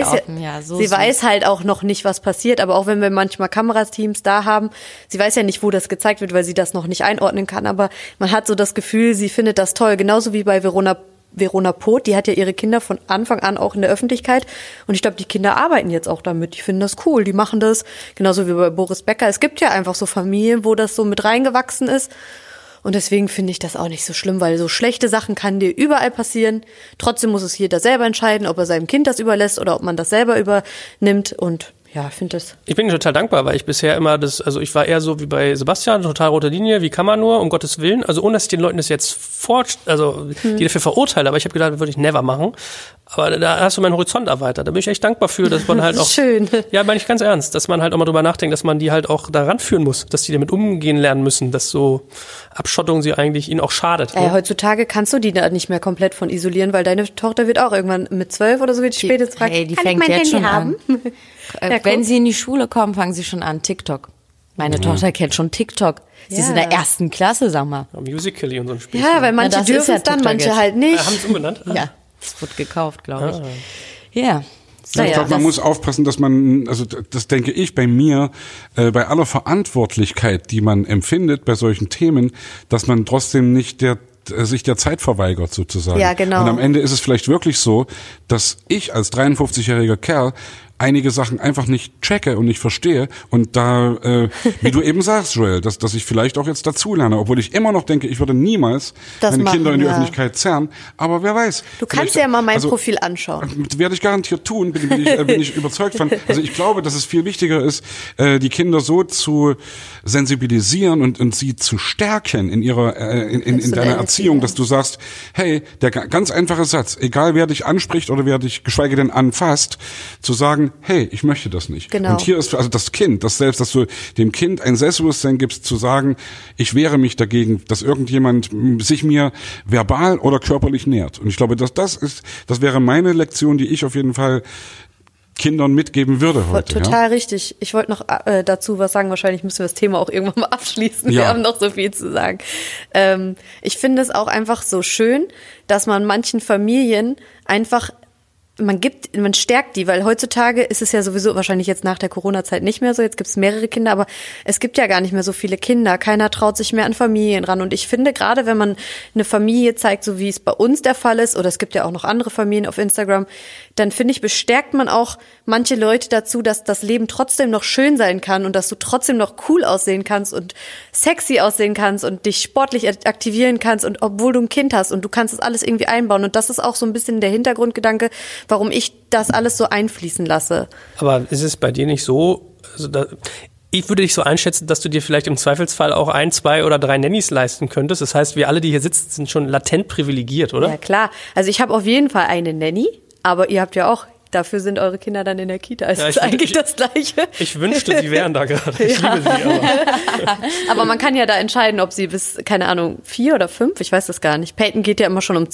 weiß halt auch noch nicht, was passiert, aber auch wenn wir manchmal Kamerateams da haben, sie weiß ja nicht, wo das gezeigt wird, weil sie das noch nicht einordnen kann, aber man hat so das Gefühl, sie findet das toll, genauso wie bei Verona Poth, die hat ja ihre Kinder von Anfang an auch in der Öffentlichkeit und ich glaube, die Kinder arbeiten jetzt auch damit, die finden das cool, die machen das, genauso wie bei Boris Becker. Es gibt ja einfach so Familien, wo das so mit reingewachsen ist und deswegen finde ich das auch nicht so schlimm, weil so schlechte Sachen kann dir überall passieren, trotzdem muss es jeder selber entscheiden, ob er seinem Kind das überlässt oder ob man das selber übernimmt und ja, finde das. Ich bin total dankbar, weil ich bisher immer ich war eher so wie bei Sebastian, total rote Linie, wie kann man nur, um Gottes Willen, also ohne dass ich den Leuten das jetzt die dafür verurteile, aber ich habe gedacht, das würde ich never machen. Aber da hast du meinen Horizont erweitert. Da bin ich echt dankbar für, dass man halt auch... Schön. Ja, meine ich ganz ernst, dass man halt auch mal drüber nachdenkt, dass man die halt auch daran führen muss, dass die damit umgehen lernen müssen, dass so Abschottung sie eigentlich ihnen auch schadet. Ne? Heutzutage kannst du die da nicht mehr komplett von isolieren, weil deine Tochter wird auch irgendwann mit 12 oder so wird die spätestens fragen, Hey, die kann ich fängt mein jetzt Handy schon haben? an. Wenn sie in die Schule kommen, fangen sie schon an, TikTok. Meine Tochter kennt schon TikTok. Sie ist in der 1. Klasse, sag mal. Ja, Musical.ly und so ein Spiel. Ja, weil manche das ist dürfen ja es dann, TikTok manche jetzt. halt nicht. Haben sie umbenannt? Ja, das wird gekauft, glaube ich. Ja. Ja, ich glaube, man muss aufpassen, dass man, also das denke ich bei mir, bei aller Verantwortlichkeit, die man empfindet bei solchen Themen, dass man trotzdem nicht sich der Zeit verweigert sozusagen. Ja, genau. Und am Ende ist es vielleicht wirklich so, dass ich als 53-jähriger Kerl einige Sachen einfach nicht checke und nicht verstehe und da, wie du eben sagst, Joel, dass ich vielleicht auch jetzt dazulerne, obwohl ich immer noch denke, ich würde niemals meine Kinder in die Öffentlichkeit zerren, aber wer weiß. Du kannst ja mal mein Profil anschauen. Werde ich garantiert tun, bin ich überzeugt von. Also ich glaube, dass es viel wichtiger ist, die Kinder so zu sensibilisieren und sie zu stärken in ihrer in deiner Erziehung, dass du sagst, hey, der ganz einfache Satz, egal wer dich anspricht oder wer dich geschweige denn anfasst, zu sagen, hey, ich möchte das nicht. Genau. Und hier ist also das Kind, dass du dem Kind ein Selbstbewusstsein gibst, zu sagen, ich wehre mich dagegen, dass irgendjemand sich mir verbal oder körperlich nähert. Und ich glaube, das wäre meine Lektion, die ich auf jeden Fall Kindern mitgeben würde heute. Total richtig. Ich wollte noch dazu was sagen. Wahrscheinlich müssen wir das Thema auch irgendwann mal abschließen. Ja. Wir haben noch so viel zu sagen. Ich finde es auch einfach so schön, dass man manchen Familien einfach man stärkt die, weil heutzutage ist es ja sowieso wahrscheinlich jetzt nach der Corona-Zeit nicht mehr so, jetzt gibt es mehrere Kinder, aber es gibt ja gar nicht mehr so viele Kinder, keiner traut sich mehr an Familien ran und ich finde, gerade wenn man eine Familie zeigt, so wie es bei uns der Fall ist, oder es gibt ja auch noch andere Familien auf Instagram, dann finde ich, bestärkt man auch manche Leute dazu, dass das Leben trotzdem noch schön sein kann und dass du trotzdem noch cool aussehen kannst und sexy aussehen kannst und dich sportlich aktivieren kannst und obwohl du ein Kind hast und du kannst das alles irgendwie einbauen und das ist auch so ein bisschen der Hintergrundgedanke, warum ich das alles so einfließen lasse. Aber ist es bei dir nicht so, also ich würde dich so einschätzen, dass du dir vielleicht im Zweifelsfall auch 1, 2 oder 3 Nannies leisten könntest. Das heißt, wir alle, die hier sitzen, sind schon latent privilegiert, oder? Ja, klar. Also ich habe auf jeden Fall eine Nanny, aber ihr habt ja auch, dafür sind eure Kinder dann in der Kita. Es ist eigentlich das Gleiche. Ich wünschte, sie wären da gerade. Ich liebe sie aber. Aber man kann ja da entscheiden, ob sie bis, keine Ahnung, 4 oder 5, ich weiß das gar nicht. Peyton geht ja immer schon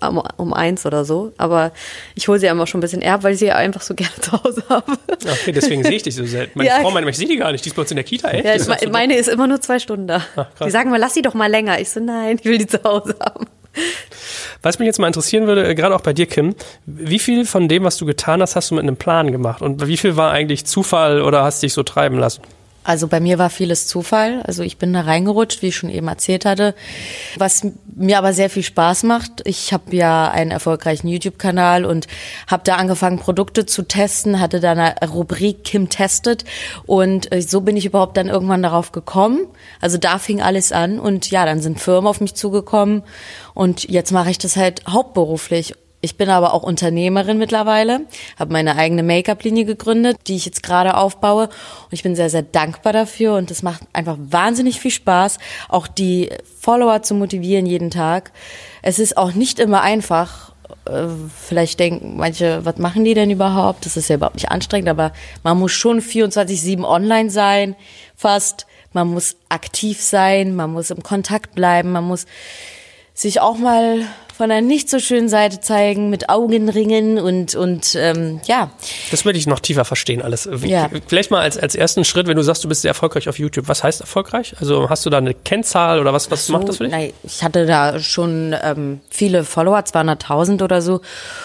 um 1 oder so, aber ich hole sie ja immer schon ein bisschen eher, weil ich sie ja einfach so gerne zu Hause habe. Okay, deswegen sehe ich dich so selten. Meine Frau meint, ich sehe die gar nicht, die ist bei uns in der Kita, echt? Ja, meine ist immer nur 2 Stunden da. Ach, die sagen mal, lass sie doch mal länger. Ich so, nein, ich will die zu Hause haben. Was mich jetzt mal interessieren würde, gerade auch bei dir, Kim, wie viel von dem, was du getan hast, hast du mit einem Plan gemacht? Und wie viel war eigentlich Zufall oder hast dich so treiben lassen? Also bei mir war vieles Zufall. Also ich bin da reingerutscht, wie ich schon eben erzählt hatte. Was mir aber sehr viel Spaß macht. Ich habe ja einen erfolgreichen YouTube-Kanal und habe da angefangen, Produkte zu testen, hatte da eine Rubrik Kim testet und so bin ich überhaupt dann irgendwann darauf gekommen. Also da fing alles an und ja, dann sind Firmen auf mich zugekommen und jetzt mache ich das halt hauptberuflich. Ich bin aber auch Unternehmerin mittlerweile, habe meine eigene Make-up-Linie gegründet, die ich jetzt gerade aufbaue und ich bin sehr, sehr dankbar dafür und es macht einfach wahnsinnig viel Spaß, auch die Follower zu motivieren jeden Tag. Es ist auch nicht immer einfach, vielleicht denken manche, was machen die denn überhaupt? Das ist ja überhaupt nicht anstrengend, aber man muss schon 24/7 online sein, fast. Man muss aktiv sein, man muss im Kontakt bleiben, man muss sich auch mal von einer nicht so schönen Seite zeigen, mit Augenringen und ja. Das würde ich noch tiefer verstehen alles. Vielleicht mal als ersten Schritt, wenn du sagst, du bist sehr erfolgreich auf YouTube. Was heißt erfolgreich? Also hast du da eine Kennzahl oder was macht das für dich? Nein, ich hatte da schon viele Follower, 200.000 oder so.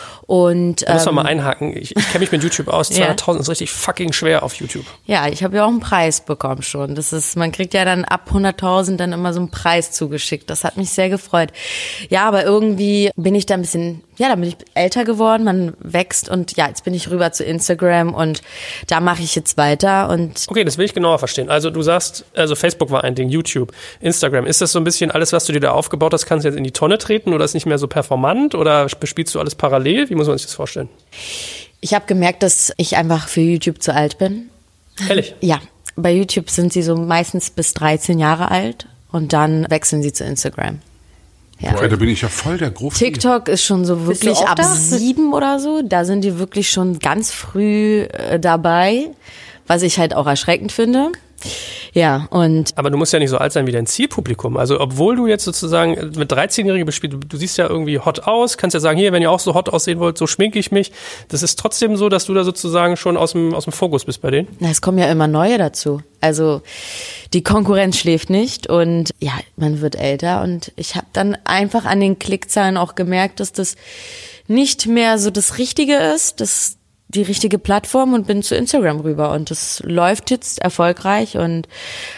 Und da muss man mal einhaken. Ich kenne mich mit YouTube aus. 200.000 ist richtig fucking schwer auf YouTube. Ja, ich habe ja auch einen Preis bekommen schon. Man kriegt ja dann ab 100.000 dann immer so einen Preis zugeschickt. Das hat mich sehr gefreut. Ja, aber irgendwie bin ich da ein bisschen, da bin ich älter geworden. Man wächst und ja, jetzt bin ich rüber zu Instagram und da mache ich jetzt weiter und. Okay, das will ich genauer verstehen. Also du sagst, Facebook war ein Ding, YouTube, Instagram. Ist das so ein bisschen alles, was du dir da aufgebaut hast, kannst du jetzt in die Tonne treten oder ist nicht mehr so performant oder bespielst du alles parallel? Wie muss man sich das vorstellen? Ich habe gemerkt, dass ich einfach für YouTube zu alt bin. Ehrlich? Ja, bei YouTube sind sie so meistens bis 13 Jahre alt und dann wechseln sie zu Instagram. Ja. Boah, da bin ich ja voll der Grufti. TikTok ist schon so Bist du wirklich auch ab da? 7 oder so. Da sind die wirklich schon ganz früh dabei, was ich halt auch erschreckend finde. Ja, und Aber du musst ja nicht so alt sein wie dein Zielpublikum. Also obwohl du jetzt sozusagen mit 13-Jährigen bespielst, du siehst ja irgendwie hot aus, kannst ja sagen, hier, wenn ihr auch so hot aussehen wollt, so schminke ich mich. Das ist trotzdem so, dass du da sozusagen schon aus dem Fokus bist bei denen. es kommen ja immer neue dazu. Also die Konkurrenz schläft nicht und ja, man wird älter und ich habe dann einfach an den Klickzahlen auch gemerkt, dass das nicht mehr so das Richtige ist, die richtige Plattform und bin zu Instagram rüber und das läuft jetzt erfolgreich und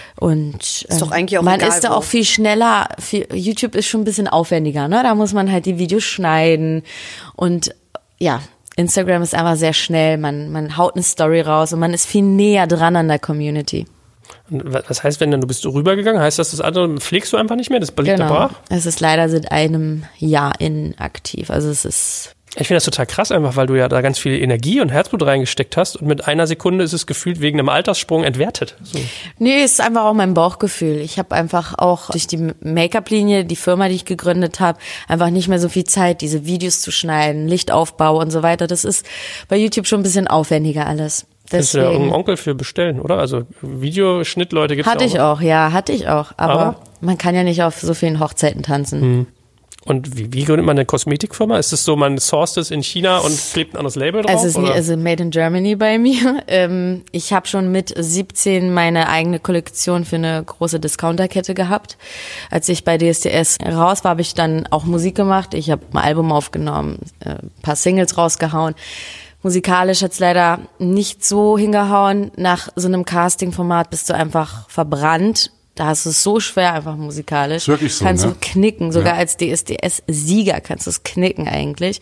Ist doch eigentlich auch man egal, ist da wo. auch viel schneller. YouTube ist schon ein bisschen aufwendiger, ne? Da muss man halt die Videos schneiden und ja, Instagram ist einfach sehr schnell. Man haut eine Story raus und man ist viel näher dran an der Community. Und was heißt, wenn dann du bist rübergegangen, heißt das andere pflegst du einfach nicht mehr? Das liegt da brach? Es ist leider seit einem Jahr inaktiv. Also es ist Ich finde das total krass einfach, weil du ja da ganz viel Energie und Herzblut reingesteckt hast und mit einer Sekunde ist es gefühlt wegen einem Alterssprung entwertet. So. Nee, es ist einfach auch mein Bauchgefühl. Ich habe einfach auch durch die Make-up-Linie, die Firma, die ich gegründet habe, einfach nicht mehr so viel Zeit, diese Videos zu schneiden, Lichtaufbau und so weiter. Das ist bei YouTube schon ein bisschen aufwendiger alles. Kannst du ja irgendeinen Onkel für bestellen, oder? Also Videoschnittleute gibt's Hatte ja auch. hatte ich auch. Aber man kann ja nicht auf so vielen Hochzeiten tanzen. Und wie gründet man eine Kosmetikfirma? Ist es so, man sourced es in China und klebt ein anderes Label drauf? Es ist also made in Germany bei mir. Ich habe schon mit 17 meine eigene Kollektion für eine große Discounterkette gehabt. Als ich bei DSDS raus war, habe ich dann auch Musik gemacht. Ich habe ein Album aufgenommen, ein paar Singles rausgehauen. Musikalisch hat's leider nicht so hingehauen. Nach so einem Casting-Format bist du einfach verbrannt. Da ist es so schwer, einfach musikalisch. Ist wirklich so, kannst ne? du knicken, sogar als DSDS-Sieger kannst du es knicken eigentlich.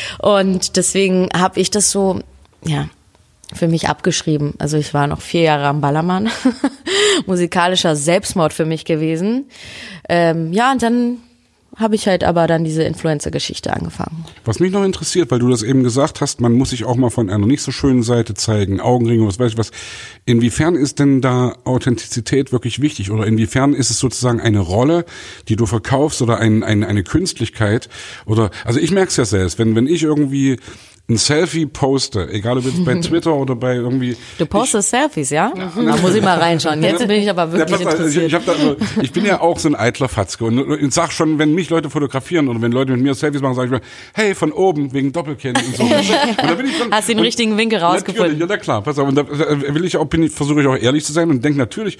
Und deswegen habe ich das so, ja, für mich abgeschrieben. Also ich war noch 4 Jahre am Ballermann. Musikalischer Selbstmord für mich gewesen. Ja, und dann habe ich halt aber dann diese Influencer-Geschichte angefangen. Was mich noch interessiert, weil du das eben gesagt hast, man muss sich auch mal von einer nicht so schönen Seite zeigen, Augenringe, was weiß ich was. Inwiefern ist denn da Authentizität wirklich wichtig? Oder inwiefern ist es sozusagen eine Rolle, die du verkaufst oder eine Künstlichkeit? Oder, also ich merke es ja selbst, wenn ich irgendwie ein Selfie poste, egal ob jetzt bei Twitter oder bei irgendwie... Du postest Selfies, ja? Da muss ich mal reinschauen. Jetzt bin ich aber wirklich interessiert. Ich bin ja auch so ein eitler Fatzke und sag schon, wenn mich Leute fotografieren oder wenn Leute mit mir Selfies machen, sage ich mir, hey, von oben, wegen Doppelkinn und so. Und da bin ich schon, hast du den richtigen Winkel rausgefunden? Ja, na klar, pass auf. Und da versuche ich auch ehrlich zu sein und denke natürlich,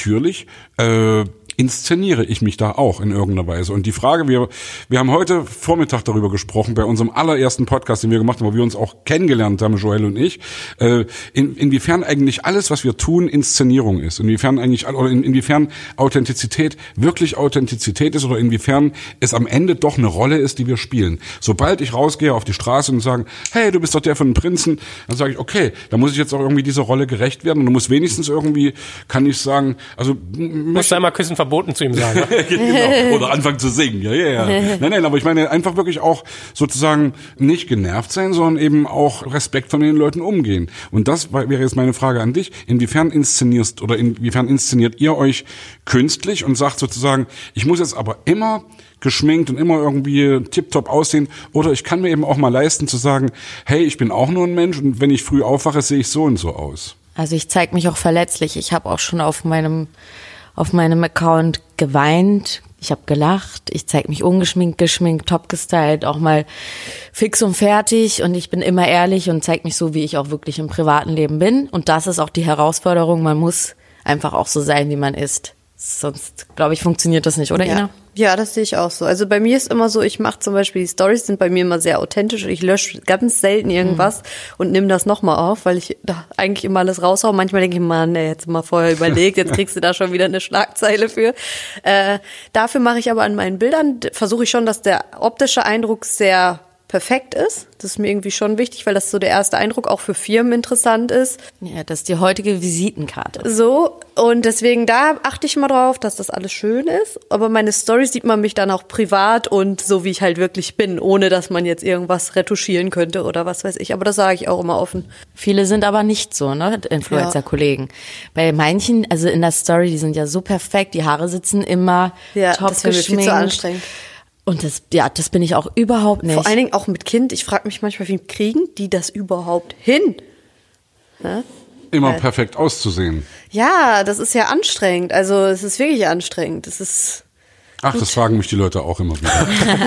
inszeniere ich mich da auch in irgendeiner Weise. Und die Frage, wir haben heute Vormittag darüber gesprochen, bei unserem allerersten Podcast, den wir gemacht haben, wo wir uns auch kennengelernt haben, Joel und ich, inwiefern eigentlich alles, was wir tun, Inszenierung ist. Inwiefern Authentizität wirklich Authentizität ist oder inwiefern es am Ende doch eine Rolle ist, die wir spielen. Sobald ich rausgehe auf die Straße und sage, hey, du bist doch der von den Prinzen, dann sage ich, okay, da muss ich jetzt auch irgendwie dieser Rolle gerecht werden und du musst wenigstens irgendwie, kann ich sagen, also... Musst du einmal küssen verboten zu ihm sagen. Ne? Genau. Oder anfangen zu singen. Ja. Nein, aber ich meine einfach wirklich auch sozusagen nicht genervt sein, sondern eben auch Respekt von den Leuten umgehen. Und das wäre jetzt meine Frage an dich. Inwiefern inszeniert ihr euch künstlich und sagt sozusagen, ich muss jetzt aber immer geschminkt und immer irgendwie tipptopp aussehen oder ich kann mir eben auch mal leisten zu sagen, hey, ich bin auch nur ein Mensch und wenn ich früh aufwache, sehe ich so und so aus. Also ich zeige mich auch verletzlich. Ich habe auch schon auf meinem Account geweint, ich habe gelacht, ich zeige mich ungeschminkt, geschminkt, top gestylt, auch mal fix und fertig und ich bin immer ehrlich und zeige mich so, wie ich auch wirklich im privaten Leben bin und das ist auch die Herausforderung, man muss einfach auch so sein, wie man ist. Sonst, glaube ich, funktioniert das nicht, oder Ina? Ja, das sehe ich auch so. Also bei mir ist immer so, ich mache zum Beispiel, die Stories sind bei mir immer sehr authentisch und ich lösche ganz selten irgendwas und nehme das nochmal auf, weil ich da eigentlich immer alles raushau. Manchmal denke ich, Mann, jetzt mal vorher überlegt, jetzt kriegst du da schon wieder eine Schlagzeile für. Dafür mache ich aber an meinen Bildern, versuche ich schon, dass der optische Eindruck sehr perfekt ist. Das ist mir irgendwie schon wichtig, weil das so der erste Eindruck auch für Firmen interessant ist. Ja, das ist die heutige Visitenkarte. So, und deswegen da achte ich mal drauf, dass das alles schön ist. Aber meine Storys sieht man mich dann auch privat und so, wie ich halt wirklich bin, ohne dass man jetzt irgendwas retuschieren könnte oder was weiß ich. Aber das sage ich auch immer offen. Viele sind aber nicht so, ne, Influencer-Kollegen. Bei manchen, also in der Story, die sind ja so perfekt, die Haare sitzen immer top das wäre mir geschminkt. viel zu anstrengend. Und das bin ich auch überhaupt nicht. Vor allen Dingen auch mit Kind. Ich frage mich manchmal, wie kriegen die das überhaupt hin? Ne? Immer perfekt auszusehen. Ja, das ist ja anstrengend. Also es ist wirklich anstrengend. Das fragen mich die Leute auch immer wieder.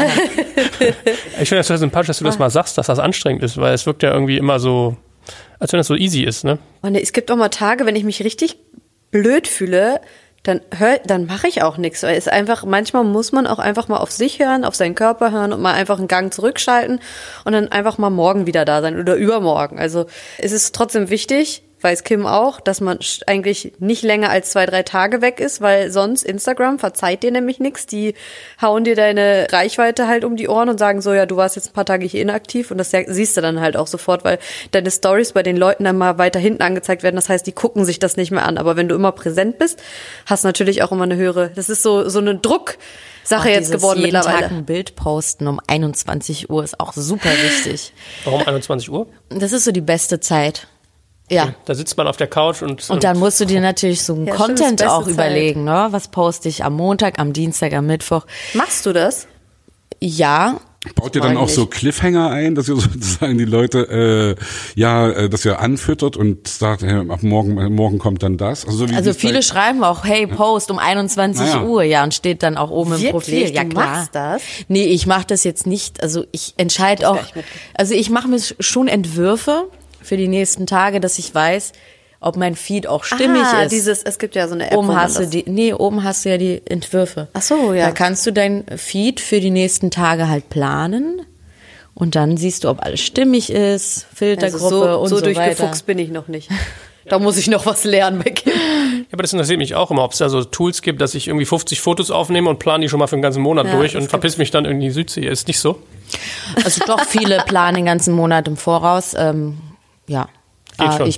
Ich finde das so sympathisch, dass du das mal sagst, dass das anstrengend ist, weil es wirkt ja irgendwie immer so, als wenn das so easy ist, ne? Und es gibt auch mal Tage, wenn ich mich richtig blöd fühle, dann mache ich auch nichts. Weil es einfach, manchmal muss man auch einfach mal auf sich hören, auf seinen Körper hören und mal einfach einen Gang zurückschalten und dann einfach mal morgen wieder da sein oder übermorgen. Also es ist trotzdem wichtig, weiß Kim auch, dass man eigentlich nicht länger als 2-3 Tage weg ist, weil sonst Instagram verzeiht dir nämlich nichts. Die hauen dir deine Reichweite halt um die Ohren und sagen so, ja, du warst jetzt ein paar Tage hier inaktiv und das siehst du dann halt auch sofort, weil deine Stories bei den Leuten dann mal weiter hinten angezeigt werden. Das heißt, die gucken sich das nicht mehr an. Aber wenn du immer präsent bist, hast natürlich auch immer eine höhere, das ist so eine Drucksache jetzt geworden mittlerweile. Jeden Tag ein Bild posten um 21 Uhr ist auch super wichtig. Warum 21 Uhr? Das ist so die beste Zeit. Ja. Da sitzt man auf der Couch und dann musst du dir natürlich so einen Content stimmt, auch beste überlegen, ne? Was poste ich am Montag, am Dienstag, am Mittwoch? Machst du das? Ja. Baut ihr dann auch so Cliffhanger ein, dass ihr sozusagen die Leute, dass ihr anfüttert und sagt, hey, ab morgen kommt dann das? Also Viele schreiben auch, hey, Post um 21 Uhr, ja, und steht dann auch oben im Profil. Ja, du klar. machst das? Nee, ich mache das jetzt nicht, also ich entscheide auch, also ich mache mir schon Entwürfe für die nächsten Tage, dass ich weiß, ob mein Feed auch stimmig ist. Es gibt ja so eine App, oben hast du ja die Entwürfe. Ach so, ja. Da kannst du dein Feed für die nächsten Tage halt planen und dann siehst du, ob alles stimmig ist, Filtergruppe und so weiter. So durchgefuchst bin ich noch nicht. Da muss ich noch was lernen, Kim. Ja, aber das interessiert mich auch immer, ob es da so Tools gibt, dass ich irgendwie 50 Fotos aufnehme und plane die schon mal für den ganzen Monat durch und verpiss mich dann irgendwie in die Südsee. Ist nicht so? Also doch, viele planen den ganzen Monat im Voraus. Ja. Geht schon.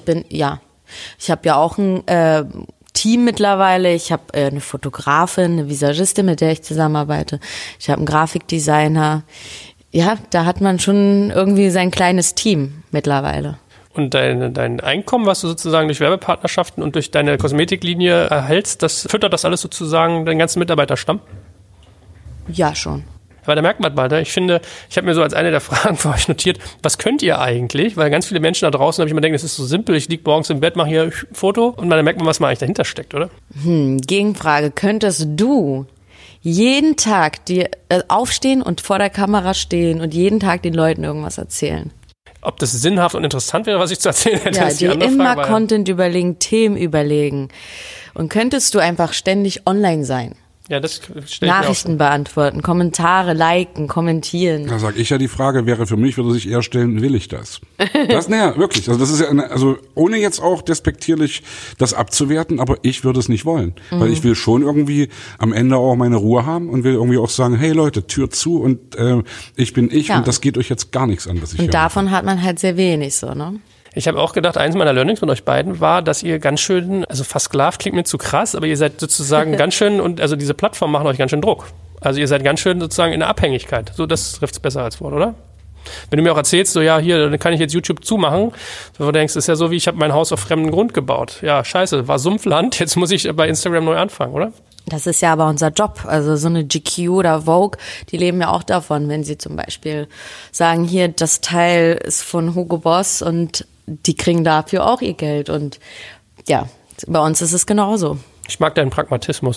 Ich habe ja auch ein Team mittlerweile. Ich habe eine Fotografin, eine Visagistin, mit der ich zusammenarbeite. Ich habe einen Grafikdesigner. Ja, da hat man schon irgendwie sein kleines Team mittlerweile. Und dein Einkommen, was du sozusagen durch Werbepartnerschaften und durch deine Kosmetiklinie erhältst, das füttert das alles sozusagen den ganzen Mitarbeiterstamm? Ja, schon. Aber da merkt man mal, ich finde, ich habe mir so als eine der Fragen für euch notiert, was könnt ihr eigentlich? Weil ganz viele Menschen da draußen, habe ich immer gedacht, das ist so simpel, ich liege morgens im Bett, mache hier ein Foto und dann merkt man, was mal eigentlich dahinter steckt, oder? Gegenfrage, könntest du jeden Tag dir aufstehen und vor der Kamera stehen und jeden Tag den Leuten irgendwas erzählen? Ob das sinnhaft und interessant wäre, was ich zu erzählen hätte, ja, ist die dir andere immer Frage. Content überlegen, Themen überlegen. Und könntest du einfach ständig online sein? Ja, das stelle Nachrichten beantworten, Kommentare liken, kommentieren. Da sage ich ja, die Frage wäre für mich, würde sich eher stellen, will ich das? Wirklich. Also das ist ja also ohne jetzt auch despektierlich das abzuwerten, aber ich würde es nicht wollen. Weil ich will schon irgendwie am Ende auch meine Ruhe haben und will irgendwie auch sagen, hey Leute, Tür zu und ich bin ich und das geht euch jetzt gar nichts an, was ich Und davon hat man halt sehr wenig so, ne? Ich habe auch gedacht, eins meiner Learnings von euch beiden war, dass ihr ganz schön, also versklavt klingt mir zu krass, aber ihr seid sozusagen ganz schön, und also diese Plattformen machen euch ganz schön Druck. Also ihr seid ganz schön sozusagen in der Abhängigkeit. So, das trifft's besser als Wort, oder? Wenn du mir auch erzählst, so ja, hier, dann kann ich jetzt YouTube zumachen, wo du denkst, ist ja so, wie ich habe mein Haus auf fremden Grund gebaut. Ja, scheiße, war Sumpfland, jetzt muss ich bei Instagram neu anfangen, oder? Das ist ja aber unser Job. Also so eine GQ oder Vogue, die leben ja auch davon, wenn sie zum Beispiel sagen, hier, das Teil ist von Hugo Boss und die kriegen dafür auch ihr Geld. Und ja, bei uns ist es genauso. Ich mag deinen Pragmatismus.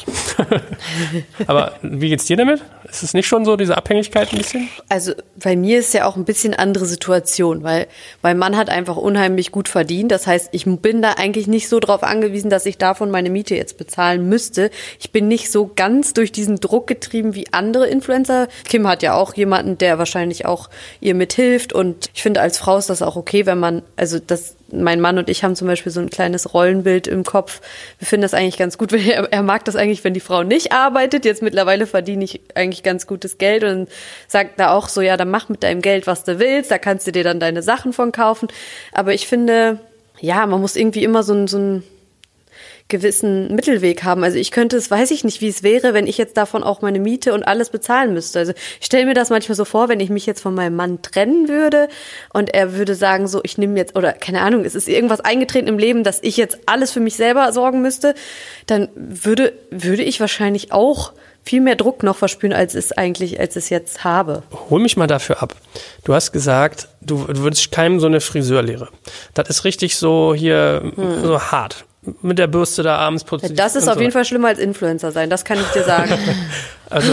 Aber wie geht's dir damit? Ist es nicht schon so, diese Abhängigkeit ein bisschen? Also bei mir ist ja auch ein bisschen andere Situation, weil mein Mann hat einfach unheimlich gut verdient. Das heißt, ich bin da eigentlich nicht so drauf angewiesen, dass ich davon meine Miete jetzt bezahlen müsste. Ich bin nicht so ganz durch diesen Druck getrieben wie andere Influencer. Kim hat ja auch jemanden, der wahrscheinlich auch ihr mithilft. Und ich finde, als Frau ist das auch okay, wenn man, also das, mein Mann und ich haben zum Beispiel so ein kleines Rollenbild im Kopf. Wir finden das eigentlich ganz gut. Er mag das eigentlich, wenn die Frau nicht arbeitet. Jetzt mittlerweile verdiene ich eigentlich ganz gutes Geld und sagt da auch so, ja, dann mach mit deinem Geld, was du willst. Da kannst du dir dann deine Sachen von kaufen. Aber ich finde, ja, man muss irgendwie immer so einen gewissen Mittelweg haben. Also ich könnte es, weiß ich nicht, wie es wäre, wenn ich jetzt davon auch meine Miete und alles bezahlen müsste. Also ich stelle mir das manchmal so vor, wenn ich mich jetzt von meinem Mann trennen würde und er würde sagen so, ich nehme jetzt, oder keine Ahnung, es ist irgendwas eingetreten im Leben, dass ich jetzt alles für mich selber sorgen müsste, dann würde ich wahrscheinlich auch viel mehr Druck noch verspüren, als es jetzt habe. Hol mich mal dafür ab. Du hast gesagt, du würdest keinem so eine Friseurlehre. Das ist richtig so hier so hart. Mit der Bürste da abends putzen. Das ist auf jeden Fall schlimmer als Influencer sein, das kann ich dir sagen. Also,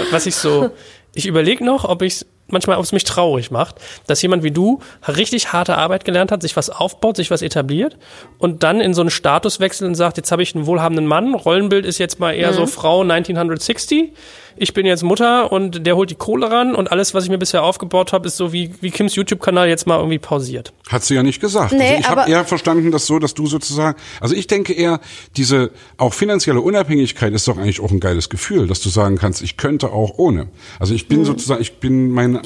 ich überlege noch, ob es mich traurig macht, dass jemand wie du richtig harte Arbeit gelernt hat, sich was aufbaut, sich was etabliert und dann in so einen Status wechselt und sagt, jetzt habe ich einen wohlhabenden Mann, Rollenbild ist jetzt mal eher so Frau 1960, ich bin jetzt Mutter und der holt die Kohle ran und alles, was ich mir bisher aufgebaut habe, ist so wie Kims YouTube-Kanal jetzt mal irgendwie pausiert. Hat sie ja nicht gesagt. Nee, also ich habe eher verstanden, dass du sozusagen, also ich denke eher, diese auch finanzielle Unabhängigkeit ist doch eigentlich auch ein geiles Gefühl, dass du sagen kannst, ich könnte auch ohne. Also ich bin sozusagen, ich bin meine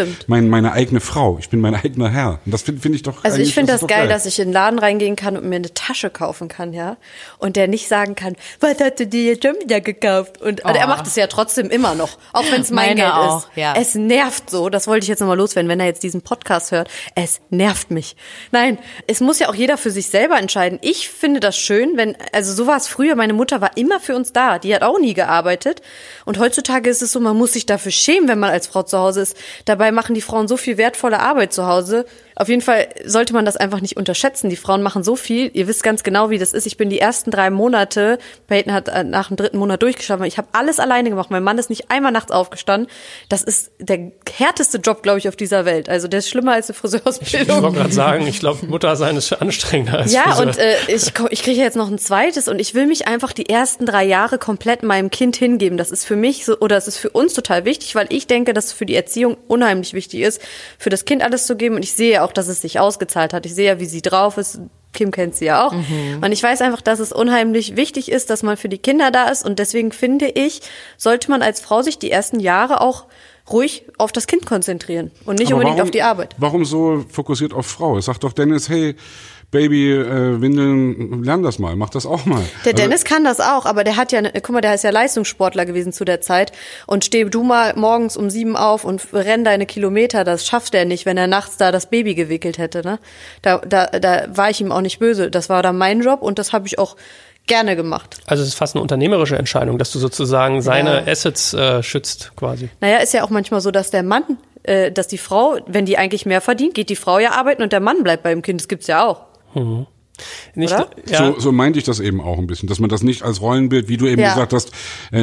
eigene Frau, ich bin mein eigener Herr. Und das finde ich doch. Also ich finde das geil, dass ich in den Laden reingehen kann und mir eine Tasche kaufen kann, ja. Und der nicht sagen kann, was hast du dir jetzt schon wieder gekauft? Und also er macht es ja trotzdem immer noch, auch wenn es mein Geld auch, ist. Ja. Es nervt so, das wollte ich jetzt nochmal loswerden, wenn er jetzt diesen Podcast hört. Es nervt mich. Nein, es muss ja auch jeder für sich selber entscheiden. Ich finde das schön, also so war es früher, meine Mutter war immer für uns da, die hat auch nie gearbeitet. Und heutzutage ist es so, man muss sich dafür schämen, wenn man als Frau zu Hause ist. Dabei machen die Frauen so viel wertvolle Arbeit zu Hause. Auf jeden Fall sollte man das einfach nicht unterschätzen. Die Frauen machen so viel. Ihr wisst ganz genau, wie das ist. Ich bin die ersten 3 Monate, Peyton hat nach dem 3. Monat durchgeschlafen. Ich habe alles alleine gemacht. Mein Mann ist nicht einmal nachts aufgestanden. Das ist der härteste Job, glaube ich, auf dieser Welt. Also der ist schlimmer als eine Friseurausbildung. Ich wollte gerade sagen, ich glaube, Mutter sein ist anstrengender als ja, Friseur. und ich kriege jetzt noch ein zweites und ich will mich einfach die ersten 3 Jahre komplett meinem Kind hingeben. Das ist für mich so, oder es ist für uns total wichtig, weil ich denke, dass es für die Erziehung unheimlich wichtig ist, für das Kind alles zu geben. Und ich sehe auch, dass es sich ausgezahlt hat. Ich sehe ja, wie sie drauf ist. Kim kennt sie ja auch. Und ich weiß einfach, dass es unheimlich wichtig ist, dass man für die Kinder da ist. Und deswegen finde ich, sollte man als Frau sich die ersten Jahre auch ruhig auf das Kind konzentrieren und nicht unbedingt auf die Arbeit. Warum so fokussiert auf Frau? Es sagt doch Dennis, hey, Baby, Windeln, lern das mal, mach das auch mal. Der Dennis kann das auch, aber der hat ja, guck mal, der ist ja Leistungssportler gewesen zu der Zeit und steh du mal morgens um 7 auf und renn deine Kilometer, das schafft er nicht, wenn er nachts da das Baby gewickelt hätte, ne? Da war ich ihm auch nicht böse, das war dann mein Job und das habe ich auch gerne gemacht. Also es ist fast eine unternehmerische Entscheidung, dass du sozusagen seine Assets schützt quasi. Naja, ist ja auch manchmal so, dass der Mann, dass die Frau, wenn die eigentlich mehr verdient, geht die Frau ja arbeiten und der Mann bleibt beim Kind, das gibt's ja auch. Nicht, ja. So meinte ich das eben auch ein bisschen, dass man das nicht als Rollenbild, wie du eben gesagt hast,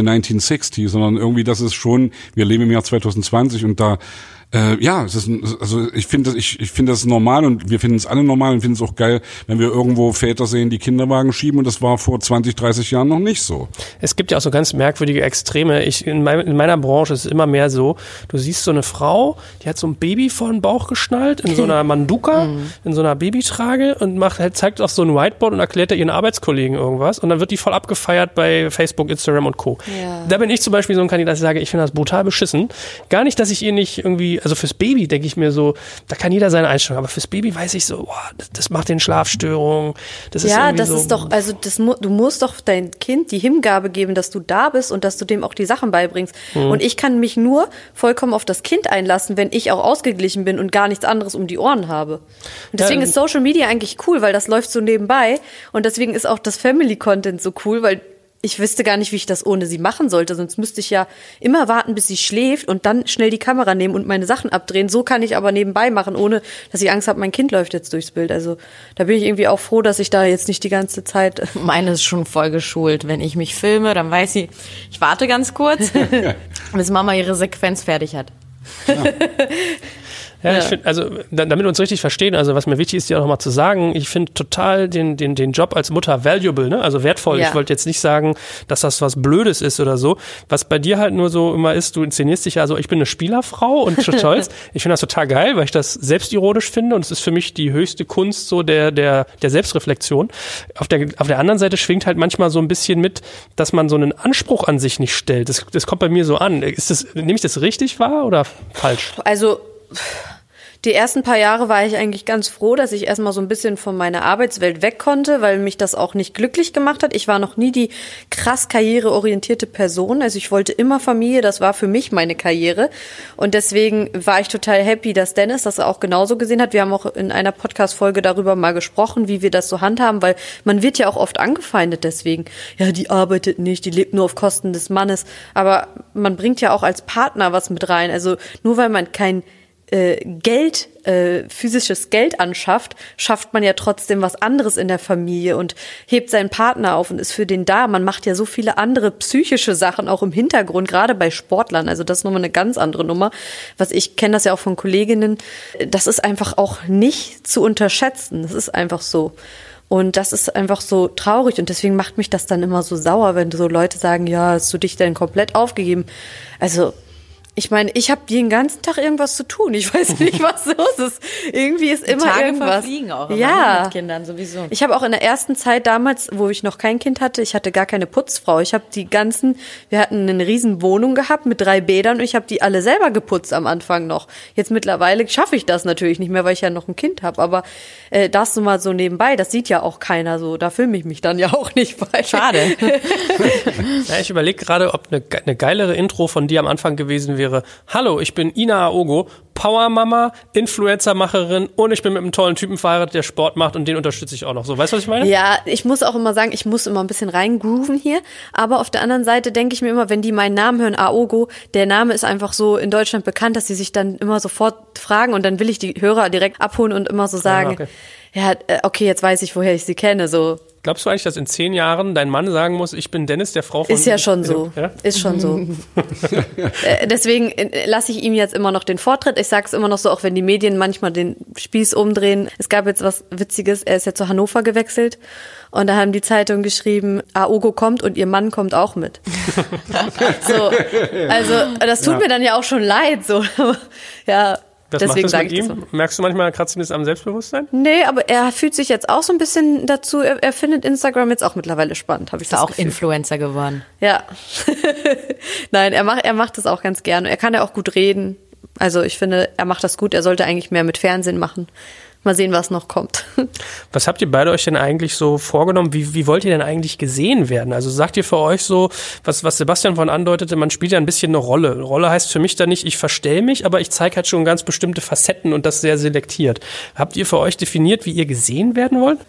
1960, sondern irgendwie, das ist schon, wir leben im Jahr 2020 und da es ist, also ich finde das normal und wir finden es alle normal und finden es auch geil, wenn wir irgendwo Väter sehen, die Kinderwagen schieben und das war vor 20, 30 Jahren noch nicht so. Es gibt ja auch so ganz merkwürdige Extreme. In meiner Branche ist es immer mehr so, du siehst so eine Frau, die hat so ein Baby vor den Bauch geschnallt, in so einer Manduka, in so einer Babytrage und zeigt auf so ein Whiteboard und erklärt ihren Arbeitskollegen irgendwas und dann wird die voll abgefeiert bei Facebook, Instagram und Co. Ja. Da bin ich zum Beispiel so ein Kandidat, dass ich sage, ich finde das brutal beschissen. Gar nicht, dass ich ihr nicht irgendwie, also fürs Baby denke ich mir so, da kann jeder seine Einstellung, aber fürs Baby weiß ich so, das macht den Schlafstörungen. Das ist ja, das so, ist doch, also du musst doch dein Kind die Hingabe geben, dass du da bist und dass du dem auch die Sachen beibringst. Und ich kann mich nur vollkommen auf das Kind einlassen, wenn ich auch ausgeglichen bin und gar nichts anderes um die Ohren habe. Und deswegen ist Social Media eigentlich cool, weil das läuft so nebenbei und deswegen ist auch das Family-Content so cool, weil ich wüsste gar nicht, wie ich das ohne sie machen sollte. Sonst müsste ich ja immer warten, bis sie schläft und dann schnell die Kamera nehmen und meine Sachen abdrehen. So kann ich aber nebenbei machen, ohne dass ich Angst habe, mein Kind läuft jetzt durchs Bild. Also da bin ich irgendwie auch froh, dass ich da jetzt nicht die ganze Zeit... Meine ist schon voll geschult. Wenn ich mich filme, dann weiß sie, ich warte ganz kurz, bis Mama ihre Sequenz fertig hat. Ja. Ja, ich finde, also damit wir uns richtig verstehen, also was mir wichtig ist, dir auch nochmal zu sagen, ich finde total den Job als Mutter valuable, ne? Also wertvoll. Ja. Ich wollte jetzt nicht sagen, dass das was Blödes ist oder so. Was bei dir halt nur so immer ist, du inszenierst dich ja so, ich bin eine Spielerfrau und stolz. Ich finde das total geil, weil ich das selbstironisch finde und es ist für mich die höchste Kunst so der Selbstreflexion. Auf der anderen Seite schwingt halt manchmal so ein bisschen mit, dass man so einen Anspruch an sich nicht stellt. Das kommt bei mir so an. Nehme ich das richtig wahr oder falsch? Also Die ersten paar Jahre war ich eigentlich ganz froh, dass ich erstmal so ein bisschen von meiner Arbeitswelt weg konnte, weil mich das auch nicht glücklich gemacht hat. Ich war noch nie die krass karriereorientierte Person. Also ich wollte immer Familie, das war für mich meine Karriere. Und deswegen war ich total happy, dass Dennis das auch genauso gesehen hat. Wir haben auch in einer Podcast-Folge darüber mal gesprochen, wie wir das so handhaben, weil man wird ja auch oft angefeindet deswegen. Ja, die arbeitet nicht, die lebt nur auf Kosten des Mannes. Aber man bringt ja auch als Partner was mit rein. Also nur weil man kein physisches Geld anschafft, schafft man ja trotzdem was anderes in der Familie und hebt seinen Partner auf und ist für den da. Man macht ja so viele andere psychische Sachen auch im Hintergrund, gerade bei Sportlern. Also das ist nochmal eine ganz andere Nummer. Ich kenne das ja auch von Kolleginnen. Das ist einfach auch nicht zu unterschätzen. Das ist einfach so. Und das ist einfach so traurig und deswegen macht mich das dann immer so sauer, wenn so Leute sagen, ja, hast du dich denn komplett aufgegeben? Also ich meine, ich habe den ganzen Tag irgendwas zu tun. Ich weiß nicht, was los ist. Irgendwie ist immer Tage irgendwas. Verfliegen auch immer ja. mit Kindern sowieso. Ich habe auch in der ersten Zeit damals, wo ich noch kein Kind hatte, ich hatte gar keine Putzfrau. Wir hatten eine riesen Wohnung gehabt mit 3 Bädern und ich habe die alle selber geputzt am Anfang noch. Jetzt mittlerweile schaffe ich das natürlich nicht mehr, weil ich ja noch ein Kind habe. Aber das so mal so nebenbei, das sieht ja auch keiner so. Da filme ich mich dann ja auch nicht bei. Schade. Ja, ich überlege gerade, ob eine geilere Intro von dir am Anfang gewesen wäre. Hallo, ich bin Ina Aogo, Powermama, Influencermacherin und ich bin mit einem tollen Typen verheiratet, der Sport macht und den unterstütze ich auch noch. So, weißt du, was ich meine? Ja, ich muss auch immer sagen, ich muss immer ein bisschen reingrooven hier. Aber auf der anderen Seite denke ich mir immer, wenn die meinen Namen hören, Aogo, der Name ist einfach so in Deutschland bekannt, dass sie sich dann immer sofort fragen und dann will ich die Hörer direkt abholen und immer so sagen, okay, jetzt weiß ich, woher ich sie kenne, so. Glaubst du eigentlich, dass in 10 Jahren dein Mann sagen muss, ich bin Dennis, der Frau von... Ist ja schon so. Ja? Ist schon so. Deswegen lasse ich ihm jetzt immer noch den Vortritt. Ich sage es immer noch so, auch wenn die Medien manchmal den Spieß umdrehen. Es gab jetzt was Witziges, er ist ja zu Hannover gewechselt und da haben die Zeitungen geschrieben, Aogo kommt und ihr Mann kommt auch mit. So, also das tut mir dann ja auch schon leid. So. Ja. Was deswegen macht das mit ihm? So. Merkst du manchmal, kratzt ihm das am Selbstbewusstsein? Nee, aber er fühlt sich jetzt auch so ein bisschen dazu, er findet Instagram jetzt auch mittlerweile spannend, habe ich das auch Gefühl. Influencer geworden. Ja. Nein, er macht das auch ganz gerne. Er kann ja auch gut reden. Also ich finde, er macht das gut. Er sollte eigentlich mehr mit Fernsehen machen. Mal sehen, was noch kommt. Was habt ihr beide euch denn eigentlich so vorgenommen? Wie wollt ihr denn eigentlich gesehen werden? Also sagt ihr für euch so, was Sebastian vorhin andeutete, man spielt ja ein bisschen eine Rolle. Eine Rolle heißt für mich dann nicht, ich verstell mich, aber ich zeige halt schon ganz bestimmte Facetten und das sehr selektiert. Habt ihr für euch definiert, wie ihr gesehen werden wollt?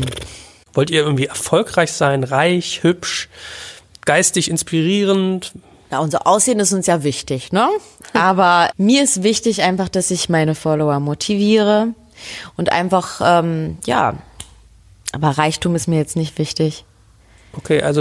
Wollt ihr irgendwie erfolgreich sein, reich, hübsch, geistig inspirierend? Ja, unser Aussehen ist uns ja wichtig, ne? Aber mir ist wichtig einfach, dass ich meine Follower motiviere. Und einfach, aber Reichtum ist mir jetzt nicht wichtig. Okay, also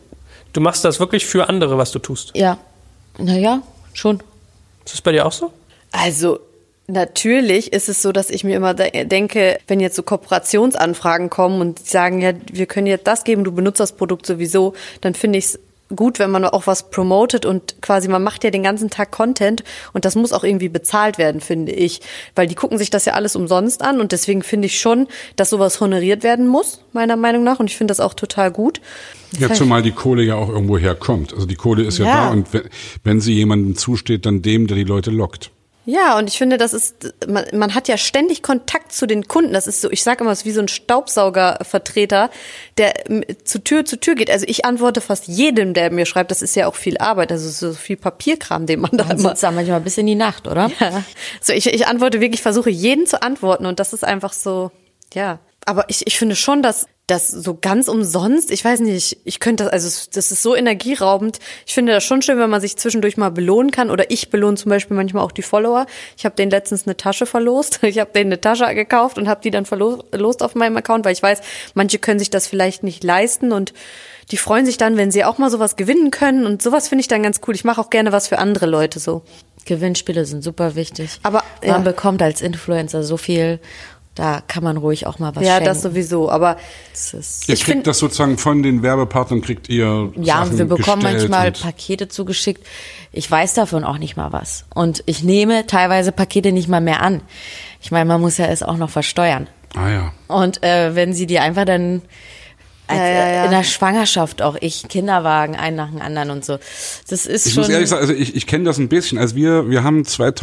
du machst das wirklich für andere, was du tust? Ja, naja, schon. Ist das bei dir auch so? Also natürlich ist es so, dass ich mir immer denke, wenn jetzt so Kooperationsanfragen kommen und sagen, ja, wir können jetzt das geben, du benutzt das Produkt sowieso, dann finde ich es gut, wenn man auch was promotet und quasi man macht ja den ganzen Tag Content und das muss auch irgendwie bezahlt werden, finde ich, weil die gucken sich das ja alles umsonst an und deswegen finde ich schon, dass sowas honoriert werden muss, meiner Meinung nach, und ich finde das auch total gut. Ja, zumal die Kohle ja auch irgendwo herkommt. Also die Kohle ist ja da und wenn sie jemandem zusteht, dann dem, der die Leute lockt. Ja, und ich finde, das ist, man hat ja ständig Kontakt zu den Kunden. Das ist so, ich sage immer, es ist wie so ein Staubsaugervertreter, der zu Tür geht. Also ich antworte fast jedem, der mir schreibt. Das ist ja auch viel Arbeit, also so viel Papierkram, den man da immer... sitzt da manchmal bis in die Nacht, oder? Ja. So, ich antworte wirklich, versuche jeden zu antworten und das ist einfach so, ja. Aber ich finde schon, dass das so ganz umsonst, ich weiß nicht, ich könnte das, also das ist so energieraubend. Ich finde das schon schön, wenn man sich zwischendurch mal belohnen kann. Oder ich belohne zum Beispiel manchmal auch die Follower. Ich habe denen letztens eine Tasche verlost. Ich habe denen eine Tasche gekauft und habe die dann verlost auf meinem Account, weil ich weiß, manche können sich das vielleicht nicht leisten und die freuen sich dann, wenn sie auch mal sowas gewinnen können. Und sowas finde ich dann ganz cool. Ich mache auch gerne was für andere Leute so. Gewinnspiele sind super wichtig. Aber man bekommt als Influencer so viel. Da kann man ruhig auch mal was schenken. Ja, das sowieso, aber ihr kriegt das sozusagen von den Werbepartnern, kriegt ihr ja, Sachen wir bekommen manchmal und Pakete zugeschickt. Ich weiß davon auch nicht mal was. Und ich nehme teilweise Pakete nicht mal mehr an. Ich meine, man muss ja es auch noch versteuern. Ah ja. Und wenn sie die einfach dann In der Schwangerschaft auch Kinderwagen, einen nach dem anderen und so. Das ist ich schon. muss ehrlich sagen, also ich kenne das ein bisschen. Also wir haben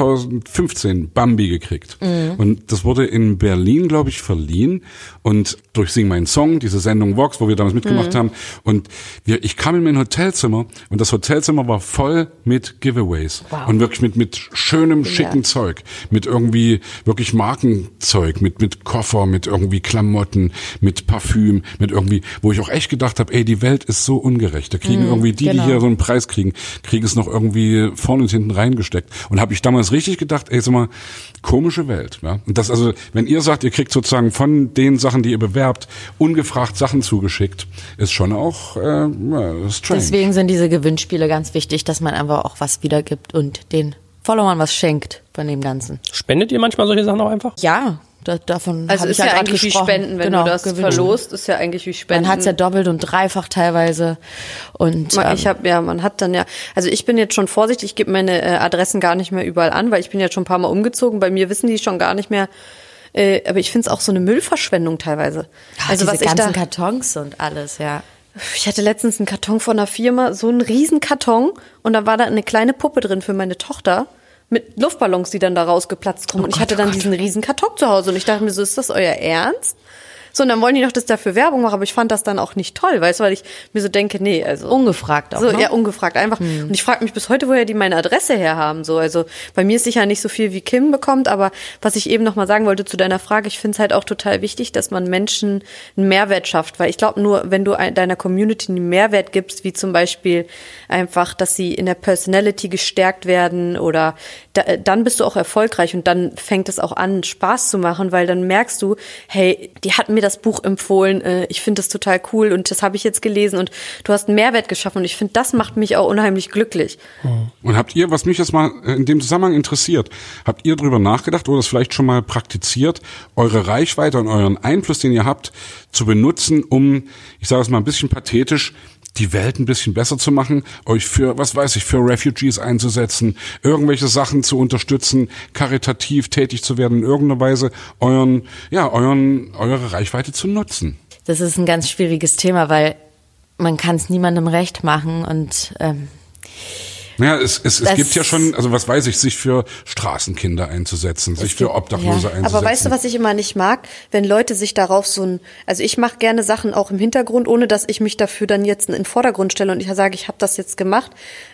2015 Bambi gekriegt. Und das wurde in Berlin, glaube ich, verliehen. Und durch Sing Mein Song, diese Sendung Vox, wo wir damals mitgemacht haben. Und ich kam in mein Hotelzimmer und das Hotelzimmer war voll mit Giveaways. Wow. Und wirklich mit schönem, schicken Zeug. Mit irgendwie wirklich Markenzeug, mit Koffer, mit irgendwie Klamotten, mit Parfüm, mit irgendwie, wo ich auch echt gedacht habe, ey, die Welt ist so ungerecht. Da kriegen irgendwie die hier so einen Preis kriegen es noch irgendwie vorne und hinten reingesteckt. Und habe ich damals richtig gedacht, ey, sag mal, komische Welt. Ja? Und das also, wenn ihr sagt, ihr kriegt sozusagen von den Sachen, die ihr bewerbt, ungefragt Sachen zugeschickt, ist schon auch strange. Deswegen sind diese Gewinnspiele ganz wichtig, dass man einfach auch was wiedergibt und den Followern was schenkt von dem Ganzen. Spendet ihr manchmal solche Sachen auch einfach? Ja. Davon also ist ja eigentlich wie Spenden, wenn du das verlost, ist ja eigentlich wie Spenden. Man hat es ja doppelt und dreifach teilweise. Und man hat dann ja, also ich bin jetzt schon vorsichtig, ich gebe meine Adressen gar nicht mehr überall an, weil ich bin jetzt schon ein paar Mal umgezogen, bei mir wissen die schon gar nicht mehr, aber ich finde es auch so eine Müllverschwendung teilweise. Also diese ganzen Kartons und alles, ja. Ich hatte letztens einen Karton von einer Firma, so einen riesen Karton und da war da eine kleine Puppe drin für meine Tochter. Mit Luftballons, die dann da rausgeplatzt kommen. Und ich hatte dann diesen riesen Karton zu Hause und ich dachte mir so, ist das euer Ernst? So, und dann wollen die noch, dass ich dafür Werbung mache, aber ich fand das dann auch nicht toll, weißt du, weil ich mir so denke, nee, also. Ungefragt auch, so, ne? Ja, ungefragt, einfach. Und ich frage mich bis heute, woher die meine Adresse her haben, so. Also, bei mir ist sicher nicht so viel, wie Kim bekommt, aber was ich eben noch mal sagen wollte zu deiner Frage, ich finde es halt auch total wichtig, dass man Menschen einen Mehrwert schafft, weil ich glaube, nur wenn du deiner Community einen Mehrwert gibst, wie zum Beispiel einfach, dass sie in der Personality gestärkt werden oder dann bist du auch erfolgreich und dann fängt es auch an, Spaß zu machen, weil dann merkst du, hey, die hat mir das Buch empfohlen, ich finde das total cool und das habe ich jetzt gelesen und du hast einen Mehrwert geschaffen und ich finde, das macht mich auch unheimlich glücklich. Und habt ihr, was mich jetzt mal in dem Zusammenhang interessiert, habt ihr drüber nachgedacht oder das vielleicht schon mal praktiziert, eure Reichweite und euren Einfluss, den ihr habt, zu benutzen, um, ich sage es mal ein bisschen pathetisch, die Welt ein bisschen besser zu machen, euch für, was weiß ich, für Refugees einzusetzen, irgendwelche Sachen zu unterstützen, karitativ tätig zu werden, in irgendeiner Weise eure Reichweite zu nutzen? Das ist ein ganz schwieriges Thema, weil man kann es niemandem recht machen und naja, es gibt ja schon, also was weiß ich, sich für Straßenkinder einzusetzen, sich für Obdachlose einzusetzen. Aber weißt du, was ich immer nicht mag? Wenn Leute sich darauf also ich mache gerne Sachen auch im Hintergrund, ohne dass ich mich dafür dann jetzt in den Vordergrund stelle und ich sage, ich habe das jetzt gemacht.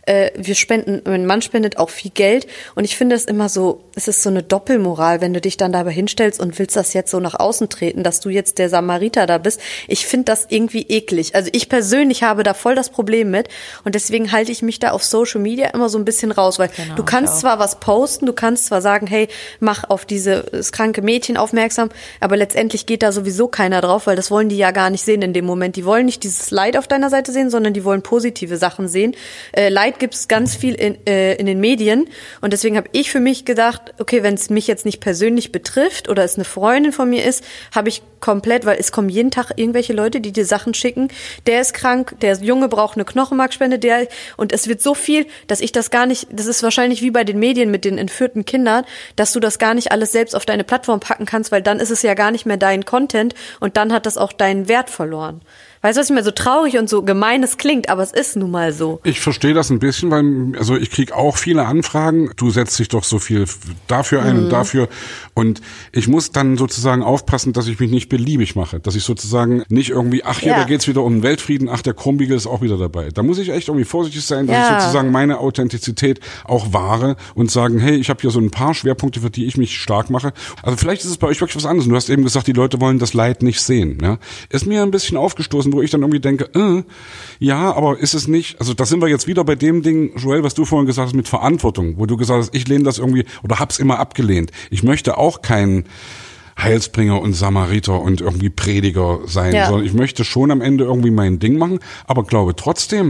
Mein Mann spendet auch viel Geld und ich finde es immer so, es ist so eine Doppelmoral, wenn du dich dann dabei hinstellst und willst das jetzt so nach außen treten, dass du jetzt der Samariter da bist. Ich finde das irgendwie eklig. Also ich persönlich habe da voll das Problem mit und deswegen halte ich mich da auf Social Media immer so ein bisschen raus, weil du kannst zwar was posten, du kannst zwar sagen, hey, mach auf dieses kranke Mädchen aufmerksam, aber letztendlich geht da sowieso keiner drauf, weil das wollen die ja gar nicht sehen in dem Moment. Die wollen nicht dieses Leid auf deiner Seite sehen, sondern die wollen positive Sachen sehen. Leid gibt es ganz viel in den Medien und deswegen habe ich für mich gedacht, okay, wenn es mich jetzt nicht persönlich betrifft oder es eine Freundin von mir ist, habe ich komplett, weil es kommen jeden Tag irgendwelche Leute, die dir Sachen schicken, der ist krank, der Junge braucht eine Knochenmarkspende, und es wird so viel, dass ich das gar nicht, das ist wahrscheinlich wie bei den Medien mit den entführten Kindern, dass du das gar nicht alles selbst auf deine Plattform packen kannst, weil dann ist es ja gar nicht mehr dein Content und dann hat das auch deinen Wert verloren. Weißt du, was ich mir so traurig und so gemein es klingt, aber es ist nun mal so. Ich verstehe das ein bisschen, weil, also ich krieg auch viele Anfragen. Du setzt dich doch so viel dafür ein und dafür. Und ich muss dann sozusagen aufpassen, dass ich mich nicht beliebig mache. Dass ich sozusagen nicht irgendwie, da geht's wieder um den Weltfrieden, der Krummbiegel ist auch wieder dabei. Da muss ich echt irgendwie vorsichtig sein, dass ich sozusagen meine Authentizität auch wahre und sagen, hey, ich habe hier so ein paar Schwerpunkte, für die ich mich stark mache. Also vielleicht ist es bei euch wirklich was anderes. Du hast eben gesagt, die Leute wollen das Leid nicht sehen. Ja? Ist mir ein bisschen aufgestoßen, wo ich dann irgendwie denke, ja, aber ist es nicht, also da sind wir jetzt wieder bei dem Ding, Joel, was du vorhin gesagt hast, mit Verantwortung, wo du gesagt hast, ich lehne das irgendwie, oder hab's immer abgelehnt. Ich möchte auch kein Heilsbringer und Samariter und irgendwie Prediger sein, sondern ich möchte schon am Ende irgendwie mein Ding machen, aber glaube trotzdem,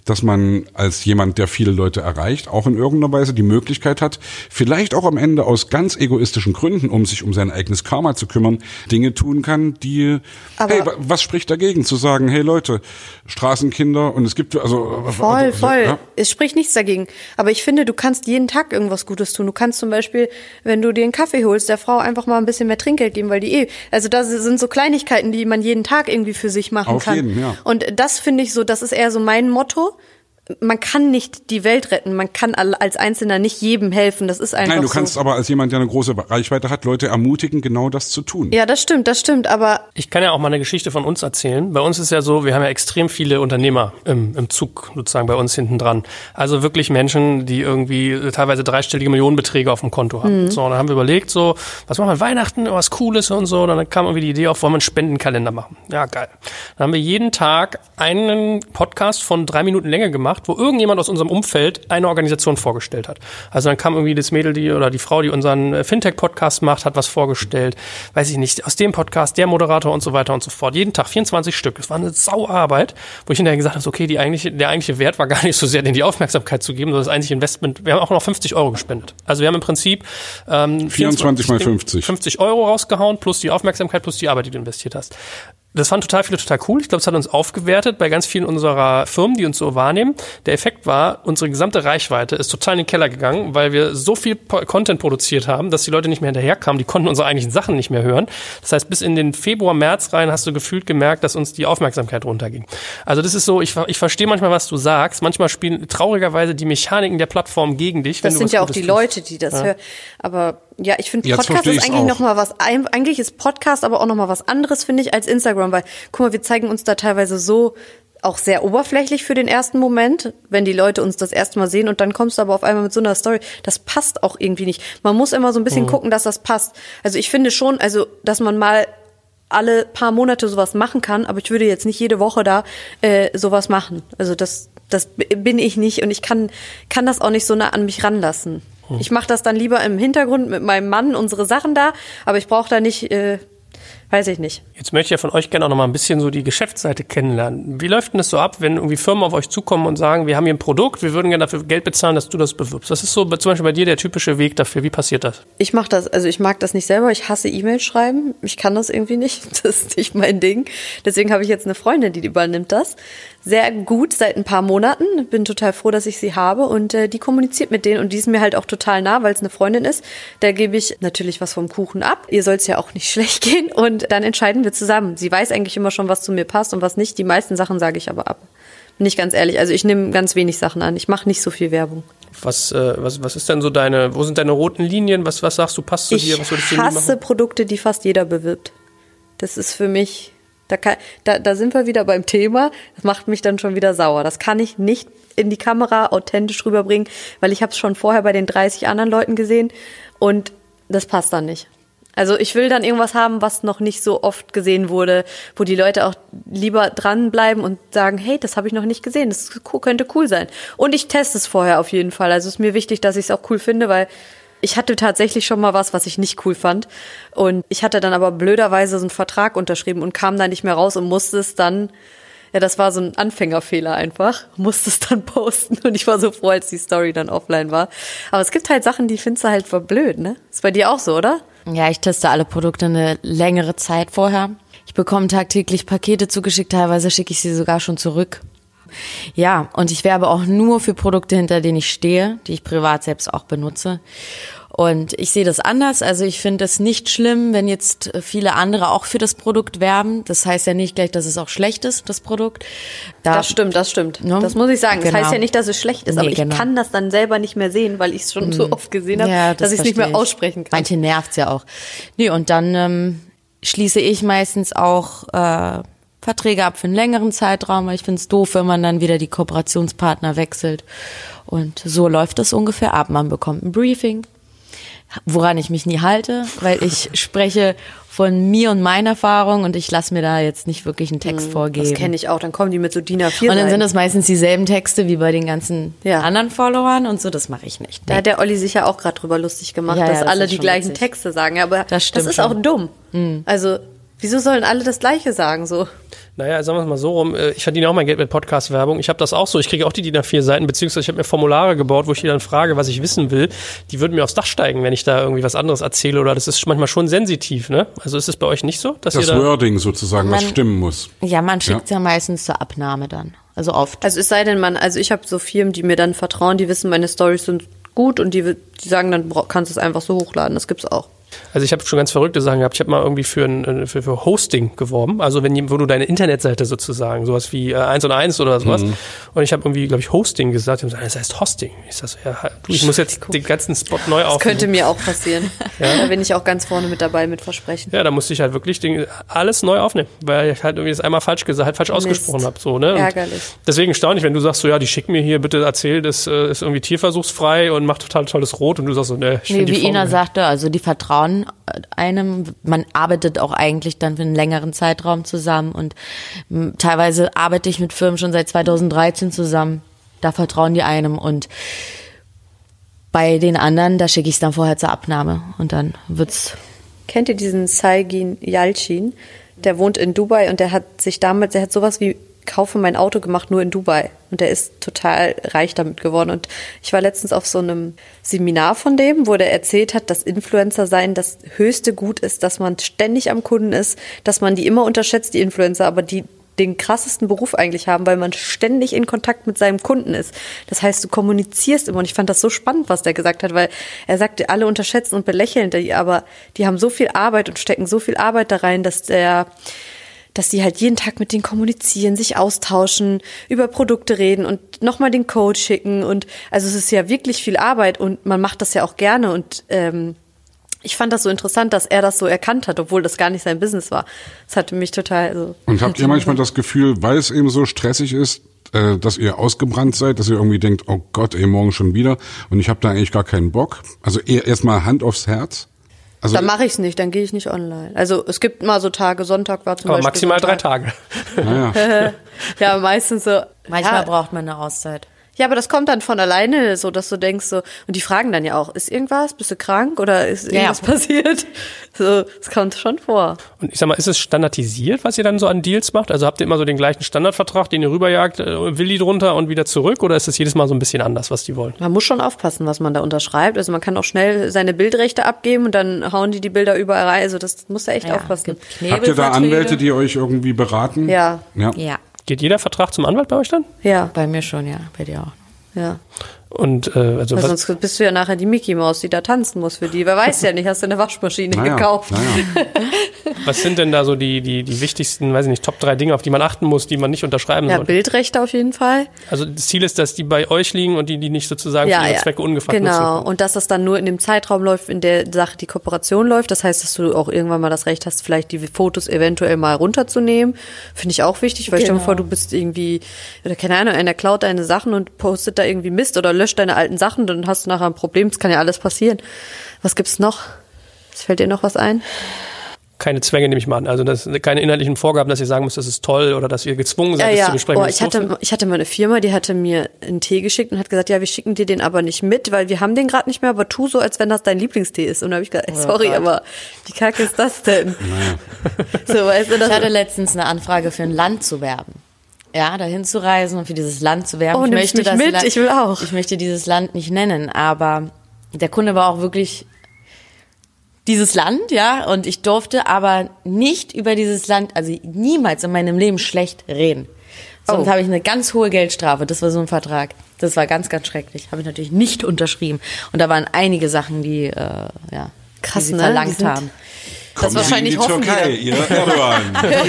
dass man als jemand, der viele Leute erreicht, auch in irgendeiner Weise die Möglichkeit hat, vielleicht auch am Ende aus ganz egoistischen Gründen, um sich um sein eigenes Karma zu kümmern, Dinge tun kann, die, Aber hey, was spricht dagegen zu sagen, hey Leute, Straßenkinder und es gibt, also... Voll. Ja. Es spricht nichts dagegen. Aber ich finde, du kannst jeden Tag irgendwas Gutes tun. Du kannst zum Beispiel, wenn du dir einen Kaffee holst, der Frau einfach mal ein bisschen mehr Trinkgeld geben, weil die also das sind so Kleinigkeiten, die man jeden Tag irgendwie für sich machen kann. Auf jeden, ja. Und das finde ich so, das ist eher so mein Motto. Man kann nicht die Welt retten, man kann als Einzelner nicht jedem helfen, das ist einfach so. Nein, du kannst aber als jemand, der eine große Reichweite hat, Leute ermutigen, genau das zu tun. Ja, das stimmt, aber... Ich kann ja auch mal eine Geschichte von uns erzählen. Bei uns ist ja so, wir haben ja extrem viele Unternehmer im Zug sozusagen bei uns hinten dran. Also wirklich Menschen, die irgendwie teilweise dreistellige Millionenbeträge auf dem Konto haben. So, und dann haben wir überlegt, so, was machen wir Weihnachten, was Cooles und so. Und dann kam irgendwie die Idee auf, wollen wir einen Spendenkalender machen. Ja, geil. Dann haben wir jeden Tag einen Podcast von 3 Minuten Länge gemacht, wo irgendjemand aus unserem Umfeld eine Organisation vorgestellt hat. Also dann kam irgendwie das Mädel, die Frau, die unseren Fintech-Podcast macht, hat was vorgestellt. Weiß ich nicht, aus dem Podcast, der Moderator und so weiter und so fort. Jeden Tag 24 Stück. Es war eine Sauarbeit, wo ich hinterher gesagt habe, okay, der eigentliche Wert war gar nicht so sehr, denen die Aufmerksamkeit zu geben, sondern das eigentliche Investment. Wir haben auch noch 50 € gespendet. Also wir haben im Prinzip 24 mal 50. 50 € rausgehauen, plus die Aufmerksamkeit, plus die Arbeit, die du investiert hast. Das fanden total viele total cool. Ich glaube, es hat uns aufgewertet bei ganz vielen unserer Firmen, die uns so wahrnehmen. Der Effekt war, unsere gesamte Reichweite ist total in den Keller gegangen, weil wir so viel Content produziert haben, dass die Leute nicht mehr hinterherkamen. Die konnten unsere eigentlichen Sachen nicht mehr hören. Das heißt, bis in den Februar, März rein hast du gefühlt gemerkt, dass uns die Aufmerksamkeit runterging. Also das ist so, ich verstehe manchmal, was du sagst. Manchmal spielen traurigerweise die Mechaniken der Plattform gegen dich. Das sind ja auch die Leute, die das hören. Aber ja, ich finde, Podcast ist eigentlich noch mal was, eigentlich ist Podcast aber auch noch mal was anderes, finde ich, als Instagram, weil, guck mal, wir zeigen uns da teilweise so auch sehr oberflächlich für den ersten Moment, wenn die Leute uns das erste Mal sehen und dann kommst du aber auf einmal mit so einer Story, das passt auch irgendwie nicht. Man muss immer so ein bisschen gucken, dass das passt. Also ich finde schon, also, dass man mal alle paar Monate sowas machen kann, aber ich würde jetzt nicht jede Woche da sowas machen. Also das bin ich nicht und ich kann das auch nicht so nah an mich ranlassen. Ich mache das dann lieber im Hintergrund mit meinem Mann, unsere Sachen da, aber ich brauche da nicht, weiß ich nicht. Jetzt möchte ich ja von euch gerne auch noch mal ein bisschen so die Geschäftsseite kennenlernen. Wie läuft denn das so ab, wenn irgendwie Firmen auf euch zukommen und sagen, wir haben hier ein Produkt, wir würden gerne dafür Geld bezahlen, dass du das bewirbst? Was ist so zum Beispiel bei dir der typische Weg dafür? Wie passiert das? Ich mag das nicht selber. Ich hasse E-Mails schreiben. Ich kann das irgendwie nicht. Das ist nicht mein Ding. Deswegen habe ich jetzt eine Freundin, die übernimmt das. Sehr gut, seit ein paar Monaten. Bin total froh, dass ich sie habe und die kommuniziert mit denen und die ist mir halt auch total nah, weil es eine Freundin ist. Da gebe ich natürlich was vom Kuchen ab. Ihr soll es ja auch nicht schlecht gehen und dann entscheiden wir zusammen. Sie weiß eigentlich immer schon, was zu mir passt und was nicht. Die meisten Sachen sage ich aber ab. Bin ich ganz ehrlich. Also ich nehme ganz wenig Sachen an. Ich mache nicht so viel Werbung. Was ist denn so wo sind deine roten Linien? Was sagst du, passt zu dir? Was würdest du Ich hasse Produkte, die fast jeder bewirbt. Das ist für mich... Da sind wir wieder beim Thema. Das macht mich dann schon wieder sauer. Das kann ich nicht in die Kamera authentisch rüberbringen, weil ich habe es schon vorher bei den 30 anderen Leuten gesehen und das passt dann nicht. Also ich will dann irgendwas haben, was noch nicht so oft gesehen wurde, wo die Leute auch lieber dranbleiben und sagen, hey, das habe ich noch nicht gesehen, das könnte cool sein. Und ich teste es vorher auf jeden Fall. Also es ist mir wichtig, dass ich es auch cool finde, weil ich hatte tatsächlich schon mal was ich nicht cool fand. Und ich hatte dann aber blöderweise so einen Vertrag unterschrieben und kam da nicht mehr raus und musste es dann, ja, das war so ein Anfängerfehler einfach, musste es dann posten. Und ich war so froh, als die Story dann offline war. Aber es gibt halt Sachen, die findest du halt verblöd, ne? Ist bei dir auch so, oder? Ja, ich teste alle Produkte eine längere Zeit vorher. Ich bekomme tagtäglich Pakete zugeschickt, teilweise schicke ich sie sogar schon zurück. Ja, und ich werbe auch nur für Produkte, hinter denen ich stehe, die ich privat selbst auch benutze. Und ich sehe das anders. Also ich finde es nicht schlimm, wenn jetzt viele andere auch für das Produkt werben. Das heißt ja nicht gleich, dass es auch schlecht ist, das Produkt. Das stimmt. Ne? Das muss ich sagen. Genau. Das heißt ja nicht, dass es schlecht ist, aber ich kann das dann selber nicht mehr sehen, weil ich es schon so oft gesehen habe, ja, dass ich es nicht mehr aussprechen kann. Manche nervt's ja auch. Nee, und dann schließe ich meistens auch Verträge ab für einen längeren Zeitraum, weil ich finde es doof, wenn man dann wieder die Kooperationspartner wechselt. Und so läuft das ungefähr ab. Man bekommt ein Briefing, woran ich mich nie halte, weil ich spreche von mir und meiner Erfahrung und ich lasse mir da jetzt nicht wirklich einen Text vorgeben. Das kenne ich auch, dann kommen die mit so DIN A4 und dann sind das meistens dieselben Texte wie bei den ganzen Ja. anderen Followern und so, das mache ich nicht. Da hat der Olli sich ja auch gerade drüber lustig gemacht, Ja, dass das alle ist die schon gleichen witzig. Texte sagen. Aber Das stimmt ist schon. auch dumm. Also Wieso sollen alle das Gleiche sagen so? Naja, sagen wir es mal so rum, ich verdiene auch mein Geld mit Podcast-Werbung. Ich habe das auch so, ich kriege auch die DIN A4 Seiten, beziehungsweise ich habe mir Formulare gebaut, wo ich die dann frage, was ich wissen will. Die würden mir aufs Dach steigen, wenn ich da irgendwie was anderes erzähle, oder das ist manchmal schon sensitiv, ne? Also ist es bei euch nicht so? Dass das ihr da Wording sozusagen, was stimmen muss. Ja, man schickt ja meistens zur Abnahme dann. Also oft. Also es sei denn, ich habe so Firmen, die mir dann vertrauen, die wissen, meine Storys sind gut und die sagen dann, kannst du es einfach so hochladen. Das gibt's auch. Also ich habe schon ganz verrückte Sachen gehabt. Ich habe mal irgendwie für Hosting geworben, also wo du deine Internetseite sozusagen, sowas wie 1&1 oder sowas. Und ich habe irgendwie, glaube ich, Hosting gesagt. Und das heißt Hosting. Ich sag so, ja, ich muss jetzt den ganzen Spot neu aufnehmen. Das könnte mir auch passieren. Ja? Da bin ich auch ganz vorne mit dabei mit Versprechen. Ja, da musste ich halt wirklich alles neu aufnehmen, weil ich halt irgendwie das einmal falsch ausgesprochen habe. So, ne? Ärgerlich. Deswegen staune ich, wenn du sagst, so ja, die schicken mir hier, bitte erzähl, das ist irgendwie tierversuchsfrei und macht total tolles Rot, und du sagst so, ne, ich finde die wie Ina sagte, also die vertrauen einem, man arbeitet auch eigentlich dann für einen längeren Zeitraum zusammen, und teilweise arbeite ich mit Firmen schon seit 2013 zusammen, da vertrauen die einem, und bei den anderen, da schicke ich es dann vorher zur Abnahme und dann wird's. Kennt ihr diesen Saigin Yalcin? Der wohnt in Dubai und der hat sowas wie Kaufe mein Auto gemacht, nur in Dubai. Und der ist total reich damit geworden. Und ich war letztens auf so einem Seminar von dem, wo der erzählt hat, dass Influencer sein das höchste Gut ist, dass man ständig am Kunden ist, dass man die immer unterschätzt, die Influencer, aber die den krassesten Beruf eigentlich haben, weil man ständig in Kontakt mit seinem Kunden ist. Das heißt, du kommunizierst immer, und ich fand das so spannend, was der gesagt hat, weil er sagte, alle unterschätzen und belächeln die, aber die haben so viel Arbeit und stecken so viel Arbeit da rein, dass die halt jeden Tag mit denen kommunizieren, sich austauschen, über Produkte reden und nochmal den Code schicken, und also es ist ja wirklich viel Arbeit und man macht das ja auch gerne, und ich fand das so interessant, dass er das so erkannt hat, obwohl das gar nicht sein Business war. Das hatte mich total so. Und habt ihr manchmal das Gefühl, weil es eben so stressig ist, dass ihr ausgebrannt seid, dass ihr irgendwie denkt, oh Gott, morgen schon wieder und ich habe da eigentlich gar keinen Bock? Also erstmal Hand aufs Herz. Also, dann mache ich es nicht, dann gehe ich nicht online. Also es gibt mal so Tage, Sonntag war zum aber Beispiel. Maximal Sonntag. 3 Tage. Naja. Ja, meistens so. Manchmal braucht man eine Auszeit. Ja, aber das kommt dann von alleine, so dass du denkst so, und die fragen dann ja auch, ist irgendwas, bist du krank oder ist irgendwas passiert? So, das kommt schon vor. Und ich sag mal, ist es standardisiert, was ihr dann so an Deals macht? Also habt ihr immer so den gleichen Standardvertrag, den ihr rüberjagt, Willi drunter und wieder zurück, oder ist es jedes Mal so ein bisschen anders, was die wollen? Man muss schon aufpassen, was man da unterschreibt. Also man kann auch schnell seine Bildrechte abgeben und dann hauen die Bilder überall rein. Also das muss da echt aufpassen. Habt ihr da Anwälte, die euch irgendwie beraten? Ja. Geht jeder Vertrag zum Anwalt bei euch dann? Ja. Bei mir schon, ja. Bei dir auch. Ja. Und also weil sonst bist du ja nachher die Mickey Maus, die da tanzen muss für die. Wer weiß ja nicht, hast du eine Waschmaschine gekauft. Was sind denn da so die wichtigsten, weiß ich nicht, Top 3 Dinge, auf die man achten muss, die man nicht unterschreiben sollte? Ja, Bildrechte auf jeden Fall. Also das Ziel ist, dass die bei euch liegen und die nicht sozusagen für ihre Zwecke ungefragt nutzen. Genau, und dass das dann nur in dem Zeitraum läuft, in der Sache die Kooperation läuft. Das heißt, dass du auch irgendwann mal das Recht hast, vielleicht die Fotos eventuell mal runterzunehmen. Finde ich auch wichtig, weil stell dir vor, du bist irgendwie, oder keine Ahnung, einer klaut deine Sachen und postet da irgendwie Mist oder löscht deine alten Sachen, dann hast du nachher ein Problem. Das kann ja alles passieren. Was gibt's noch? Fällt dir noch was ein? Keine Zwänge, nehme ich mal an. Also das keine inhaltlichen Vorgaben, dass ihr sagen müsst, das ist toll oder dass ihr gezwungen seid, das zu besprechen. Ich hatte mal eine Firma, die hatte mir einen Tee geschickt und hat gesagt, ja, wir schicken dir den aber nicht mit, weil wir haben den gerade nicht mehr, aber tu so, als wenn das dein Lieblingstee ist. Und da habe ich gesagt, sorry, aber wie kacke ist das denn? So, weißt du, ich hatte letztens eine Anfrage für ein Land zu werben. Ja, dahin zu reisen und für dieses Land zu werben. Oh, ich will auch. Ich möchte dieses Land nicht nennen, aber der Kunde war auch wirklich dieses Land, ja, und ich durfte aber nicht über dieses Land, also niemals in meinem Leben schlecht reden. Sonst habe ich eine ganz hohe Geldstrafe. Das war so ein Vertrag. Das war ganz, ganz schrecklich. Habe ich natürlich nicht unterschrieben. Und da waren einige Sachen, die krass, die sie verlangt haben. Das wahrscheinlich hoffen Türkei, ihr Erdogan.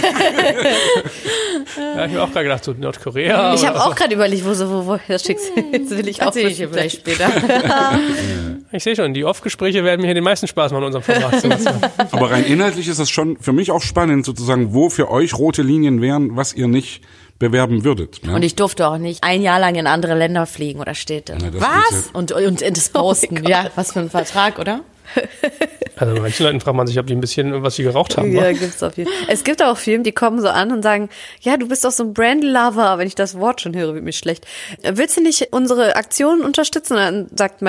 Ja, ich habe auch gerade gedacht, so Nordkorea. Ich habe auch gerade überlegt, wo das schickst. Jetzt will ich auch vielleicht später. Ich sehe schon, die Off-Gespräche werden mir hier den meisten Spaß machen in unserem Format. Aber rein inhaltlich ist das schon für mich auch spannend, sozusagen, wo für euch rote Linien wären, was ihr nicht bewerben würdet. Ja? Und ich durfte auch nicht ein Jahr lang in andere Länder fliegen oder Städte. Ja, was? Und das Posten. Ja, was für ein Vertrag, oder? Also bei manchen Leuten fragt man sich, ob die ein bisschen was sie geraucht haben. Ja, gibt's auf jeden Fall. Es gibt auch Firmen, die kommen so an und sagen, ja, du bist doch so ein Brand-Lover. Wenn ich das Wort schon höre, wird mir schlecht. Willst du nicht unsere Aktionen unterstützen? Und dann sagt meine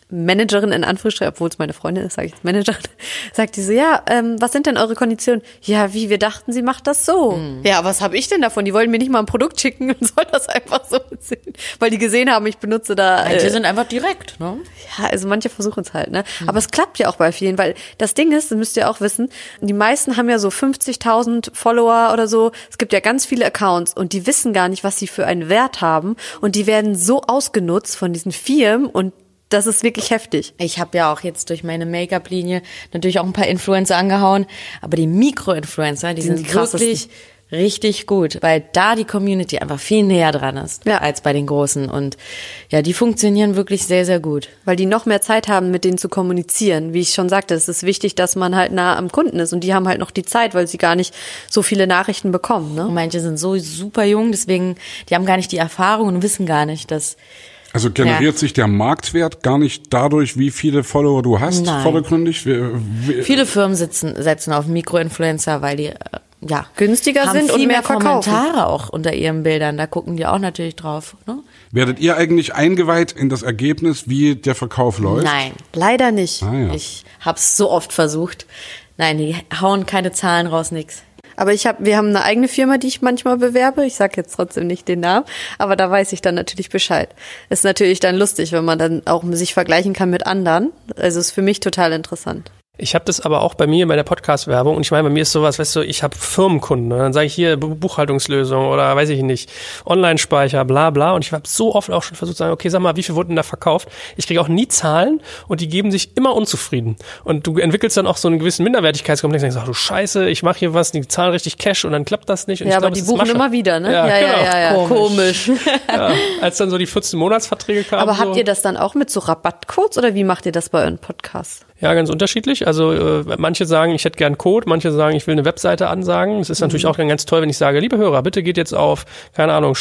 Managerin in Anführungsstrichen, obwohl es meine Freundin ist, sage ich jetzt Managerin, sagt die so, ja, was sind denn eure Konditionen? Ja, wir dachten, sie macht das so. Ja, was habe ich denn davon? Die wollen mir nicht mal ein Produkt schicken und soll das einfach so sehen, weil die gesehen haben, ich benutze da... Manche sind einfach direkt, ne? Ja, also manche versuchen es halt, ne? Aber es klappt ja auch bei vielen, weil das Ding ist, das müsst ihr auch wissen, die meisten haben ja so 50.000 Follower oder so. Es gibt ja ganz viele Accounts und die wissen gar nicht, was sie für einen Wert haben und die werden so ausgenutzt von diesen Firmen und das ist wirklich heftig. Ich habe ja auch jetzt durch meine Make-up-Linie natürlich auch ein paar Influencer angehauen, aber die Mikro-Influencer, die sind wirklich richtig gut, weil da die Community einfach viel näher dran ist als bei den Großen und ja, die funktionieren wirklich sehr, sehr gut. Weil die noch mehr Zeit haben, mit denen zu kommunizieren. Wie ich schon sagte, es ist wichtig, dass man halt nah am Kunden ist und die haben halt noch die Zeit, weil sie gar nicht so viele Nachrichten bekommen. Ne? Und manche sind so super jung, deswegen, die haben gar nicht die Erfahrung und wissen gar nicht, dass... Also generiert sich der Marktwert gar nicht dadurch, wie viele Follower du hast, vordergründig? Viele Firmen setzen auf Mikroinfluencer, weil die günstiger haben sind viel und mehr verkaufen. Kommentare auch unter ihren Bildern. Da gucken die auch natürlich drauf. Ne? Werdet ihr eigentlich eingeweiht in das Ergebnis, wie der Verkauf läuft? Nein, leider nicht. Ah, ja. Ich hab's so oft versucht. Nein, die hauen keine Zahlen raus, nix. Aber wir haben eine eigene Firma, die ich manchmal bewerbe. Ich sage jetzt trotzdem nicht den Namen, aber da weiß ich dann natürlich Bescheid. Ist natürlich dann lustig, wenn man dann auch sich vergleichen kann mit anderen. Also ist für mich total interessant. Ich habe das aber auch bei mir in meiner Podcast-Werbung und ich meine, bei mir ist sowas, weißt du, ich habe Firmenkunden und dann sage ich hier Buchhaltungslösung oder weiß ich nicht, Online-Speicher, bla bla und ich habe so oft auch schon versucht zu sagen, okay, sag mal, wie viel wurden da verkauft? Ich kriege auch nie Zahlen und die geben sich immer unzufrieden und du entwickelst dann auch so einen gewissen Minderwertigkeitskomplex und denkst, ach du Scheiße, ich mache hier was, die zahlen richtig Cash und dann klappt das nicht. Und ja, ich aber glaub, die buchen immer wieder, ne? Ja, genau. Komisch. Ja, als dann so die 14 Monatsverträge kamen. Aber habt ihr das dann auch mit so Rabattcodes oder wie macht ihr das bei euren Podcasts? Ja, ganz unterschiedlich. Also manche sagen, ich hätte gern Code, manche sagen, ich will eine Webseite ansagen. Es ist natürlich auch ganz toll, wenn ich sage, liebe Hörer, bitte geht jetzt auf, keine Ahnung,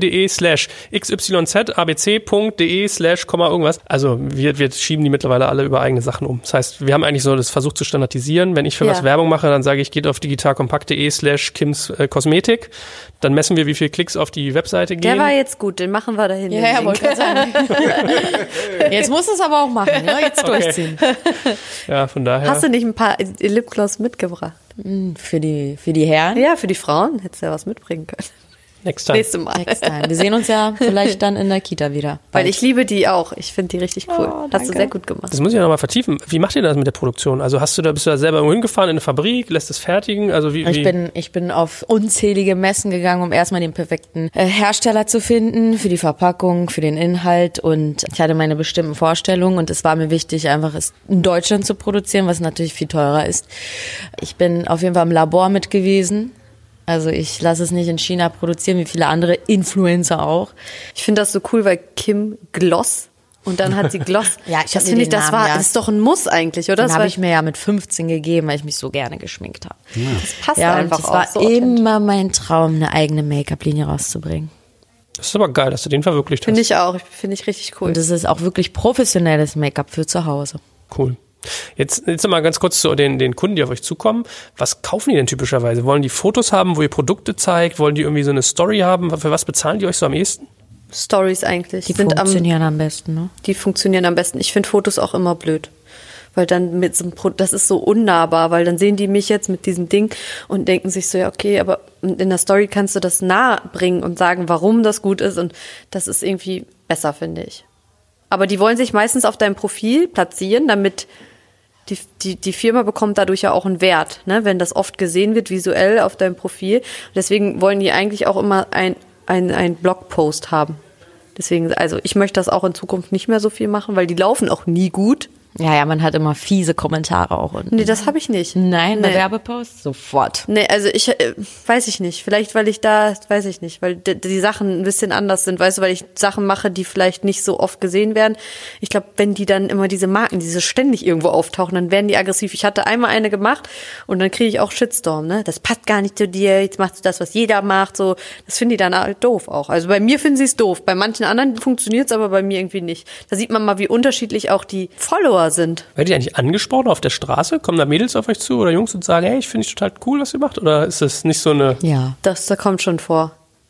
schlummibummi.de/xyz.abc.de/ irgendwas. Also wir schieben die mittlerweile alle über eigene Sachen um. Das heißt, wir haben eigentlich so das versucht zu standardisieren. Wenn ich für was Werbung mache, dann sage ich, geht auf digitalkompakt.de/Kims Kosmetik. Dann messen wir, wie viele Klicks auf die Webseite gehen. Der war jetzt gut, den machen wir dahin. Ja, wollte ich sagen. Jetzt musst du es aber auch machen, ne? Jetzt durchziehen. Ja, von daher. Hast du nicht ein paar Lipgloss mitgebracht? Für die Herren? Ja, für die Frauen hättest du ja was mitbringen können. Next time. Nächstes Mal. Next time. Wir sehen uns ja vielleicht dann in der Kita wieder. Weil ich liebe die auch. Ich finde die richtig cool. Hast du sehr gut gemacht. Das muss ich ja nochmal vertiefen. Wie macht ihr das mit der Produktion? Also bist du da selber irgendwo hingefahren in eine Fabrik, lässt es fertigen? Also Ich bin auf unzählige Messen gegangen, um erstmal den perfekten Hersteller zu finden für die Verpackung, für den Inhalt und ich hatte meine bestimmten Vorstellungen und es war mir wichtig, einfach es in Deutschland zu produzieren, was natürlich viel teurer ist. Ich bin auf jeden Fall im Labor mit gewesen. Also ich lasse es nicht in China produzieren, wie viele andere Influencer auch. Ich finde das so cool, weil Kim Gloss und dann hat sie Gloss. Ja, das finde ich, das ist doch ein Muss eigentlich, oder? Den habe ich mir ja mit 15 gegeben, weil ich mich so gerne geschminkt habe. Ja. Das passt einfach und es war so immer mein Traum, eine eigene Make-up-Linie rauszubringen. Das ist aber geil, dass du den verwirklicht hast. Finde ich auch, finde ich richtig cool. Und das ist auch wirklich professionelles Make-up für zu Hause. Cool. Jetzt mal ganz kurz zu den Kunden, die auf euch zukommen. Was kaufen die denn typischerweise? Wollen die Fotos haben, wo ihr Produkte zeigt? Wollen die irgendwie so eine Story haben? Für was bezahlen die euch so am ehesten? Stories eigentlich. Die funktionieren am besten, ne? Die funktionieren am besten. Ich finde Fotos auch immer blöd. Weil dann mit so einem das ist so unnahbar, weil dann sehen die mich jetzt mit diesem Ding und denken sich so, ja okay, aber in der Story kannst du das nahe bringen und sagen, warum das gut ist und das ist irgendwie besser, finde ich. Aber die wollen sich meistens auf deinem Profil platzieren, damit die Firma bekommt dadurch ja auch einen Wert, ne? Wenn das oft gesehen wird, visuell auf deinem Profil. Deswegen wollen die eigentlich auch immer ein Blogpost haben. Deswegen, also ich möchte das auch in Zukunft nicht mehr so viel machen, weil die laufen auch nie gut. Ja, man hat immer fiese Kommentare auch unten. Nee, das habe ich nicht. Nein, der Werbepost? Sofort. Nee, also weiß ich nicht. Vielleicht, weil weiß ich nicht, weil die Sachen ein bisschen anders sind, weißt du, weil ich Sachen mache, die vielleicht nicht so oft gesehen werden. Ich glaube, wenn die dann immer diese Marken, diese ständig irgendwo auftauchen, dann werden die aggressiv. Ich hatte einmal eine gemacht und dann kriege ich auch Shitstorm, ne? Das passt gar nicht zu dir, jetzt machst du das, was jeder macht, so. Das finden die dann halt doof auch. Also bei mir finden sie es doof. Bei manchen anderen funktioniert es aber bei mir irgendwie nicht. Da sieht man mal, wie unterschiedlich auch die Follower sind. Werdet ihr eigentlich angesprochen auf der Straße? Kommen da Mädels auf euch zu oder Jungs und sagen, hey, ich finde es total cool, was ihr macht? Oder ist das nicht so eine... Ja. Das kommt schon vor.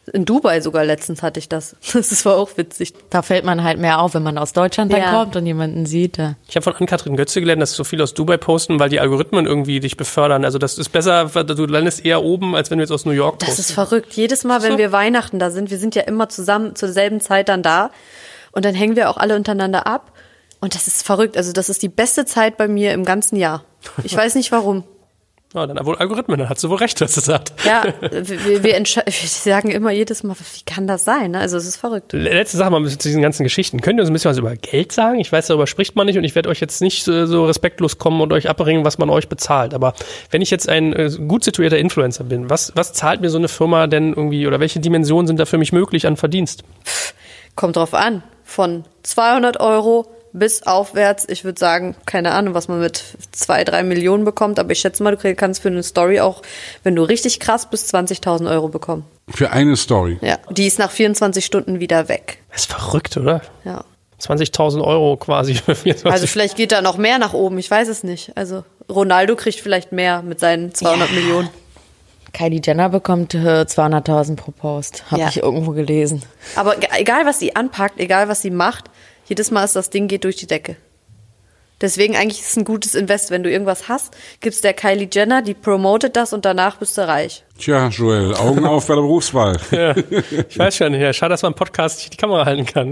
In Dubai sogar letztens hatte ich das. Das war auch witzig. Da fällt man halt mehr auf, wenn man aus Deutschland dann kommt und jemanden sieht. Ja. Ich habe von Ann-Kathrin Götze gelernt, dass so viel aus Dubai posten, weil die Algorithmen irgendwie dich befördern. Also das ist besser, du landest eher oben, als wenn du jetzt aus New York postest. Das ist verrückt. Jedes Mal, wenn wir Weihnachten da sind, wir sind ja immer zusammen zur selben Zeit dann da und dann hängen wir auch alle untereinander ab und das ist verrückt. Also das ist die beste Zeit bei mir im ganzen Jahr. Ich weiß nicht warum. Ja, dann wohl Algorithmen, dann hat sie wohl recht, was sie sagt. Ja, wir sagen immer jedes Mal, wie kann das sein? Ne? Also es ist verrückt. Letzte Sache mal zu diesen ganzen Geschichten. Könnt ihr uns ein bisschen was über Geld sagen? Ich weiß, darüber spricht man nicht und ich werde euch jetzt nicht so respektlos kommen und euch abbringen, was man euch bezahlt. Aber wenn ich jetzt ein gut situierter Influencer bin, was zahlt mir so eine Firma denn irgendwie oder welche Dimensionen sind da für mich möglich an Verdienst? Kommt drauf an. Von 200 € bis aufwärts, ich würde sagen, keine Ahnung, was man mit 2-3 Millionen bekommt, aber ich schätze mal, du kannst für eine Story auch, wenn du richtig krass bist, 20.000 € bekommen. Für eine Story? Ja, die ist nach 24 Stunden wieder weg. Das ist verrückt, oder? Ja. 20.000 € quasi für 24 Also vielleicht geht da noch mehr nach oben, ich weiß es nicht. Also Ronaldo kriegt vielleicht mehr mit seinen 200 Millionen. Kylie Jenner bekommt 200.000 pro Post, habe ich irgendwo gelesen. Aber egal, was sie anpackt, egal, was sie macht, jedes Mal ist das Ding geht durch die Decke. Deswegen eigentlich ist es ein gutes Invest. Wenn du irgendwas hast, gibst der Kylie Jenner, die promotet das und danach bist du reich. Tja, Joel, Augen auf bei der Berufswahl. Ja, ich weiß schon, ja, schade, dass man im Podcast nicht die Kamera halten kann.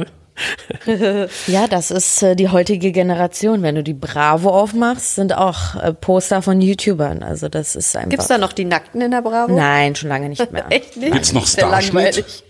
Ne? Ja, das ist die heutige Generation. Wenn du die Bravo aufmachst, sind auch Poster von YouTubern. Also das ist einfach... Gibt's da noch die Nackten in der Bravo? Nein, schon lange nicht mehr. Echt nicht? Gibt's noch Sehr Starschnitt? langweilig.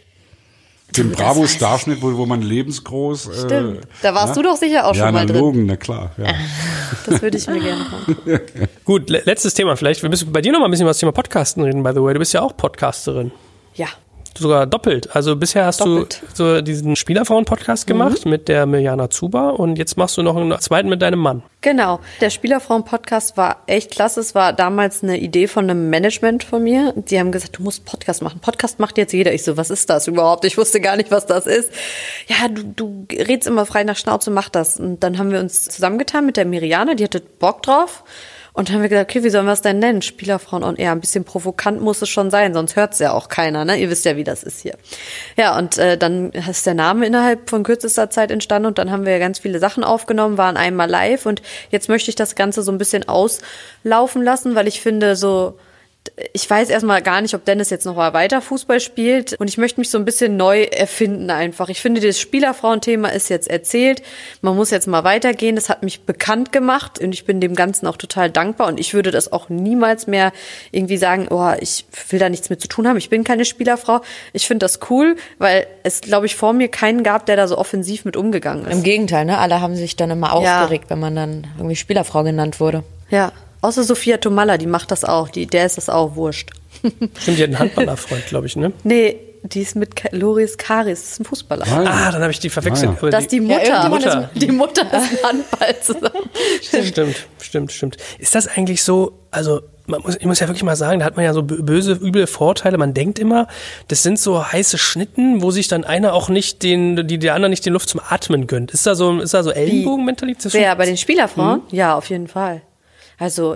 Den Bravo-Starschnitt, wo man lebensgroß... Stimmt, da warst du doch sicher auch schon mal drin. Ja, Logen, na klar. Ja. Das würde ich mir gerne machen. Gut, letztes Thema vielleicht. Wir müssen bei dir noch mal ein bisschen was zum Thema Podcasten reden, by the way. Du bist ja auch Podcasterin. Ja. Sogar doppelt. Also bisher hast du so diesen Spielerfrauen-Podcast gemacht mit der Mirjana Zuber und jetzt machst du noch einen zweiten mit deinem Mann. Genau. Der Spielerfrauen-Podcast war echt klasse. Es war damals eine Idee von einem Management von mir. Die haben gesagt, du musst Podcast machen. Podcast macht jetzt jeder. Ich so, was ist das überhaupt? Ich wusste gar nicht, was das ist. Ja, du redest immer frei nach Schnauze, mach das. Und dann haben wir uns zusammengetan mit der Mirjana, die hatte Bock drauf. Und dann haben wir gesagt, okay, wie sollen wir es denn nennen? Spielerfrauen on Air. Ein bisschen provokant muss es schon sein, sonst hört es ja auch keiner, ne? Ihr wisst ja, wie das ist hier. Ja, und dann ist der Name innerhalb von kürzester Zeit entstanden und dann haben wir ganz viele Sachen aufgenommen, waren einmal live und jetzt möchte ich das Ganze so ein bisschen auslaufen lassen, weil ich finde so... Ich weiß erstmal gar nicht, ob Dennis jetzt noch mal weiter Fußball spielt und ich möchte mich so ein bisschen neu erfinden einfach. Ich finde, das Spielerfrauenthema ist jetzt erzählt. Man muss jetzt mal weitergehen. Das hat mich bekannt gemacht und ich bin dem Ganzen auch total dankbar und ich würde das auch niemals mehr irgendwie sagen, oh, ich will da nichts mit zu tun haben. Ich bin keine Spielerfrau. Ich finde das cool, weil es, glaube ich, vor mir keinen gab, der da so offensiv mit umgegangen ist. Im Gegenteil, ne? Alle haben sich dann immer aufgeregt, wenn man dann irgendwie Spielerfrau genannt wurde. Ja. Außer Sophia Tomalla, die macht das auch. Der ist das auch wurscht. Stimmt, die hat einen Handballerfreund, glaube ich, ne? Nee, die ist mit Loris Karis. Das ist ein Fußballer. Ah, dann habe ich die verwechselt. Ja. Das ist die Mutter. Ja, die Mutter ist ein Handball zusammen. Stimmt. Ist das eigentlich so, also ich muss ja wirklich mal sagen, da hat man ja so böse, üble Vorteile. Man denkt immer, das sind so heiße Schnitten, wo sich dann einer auch nicht der andere nicht den Luft zum Atmen gönnt. Ist da so Ellenbogenmentalität? Wer, bei den Spielerfrauen? Ja, auf jeden Fall. Also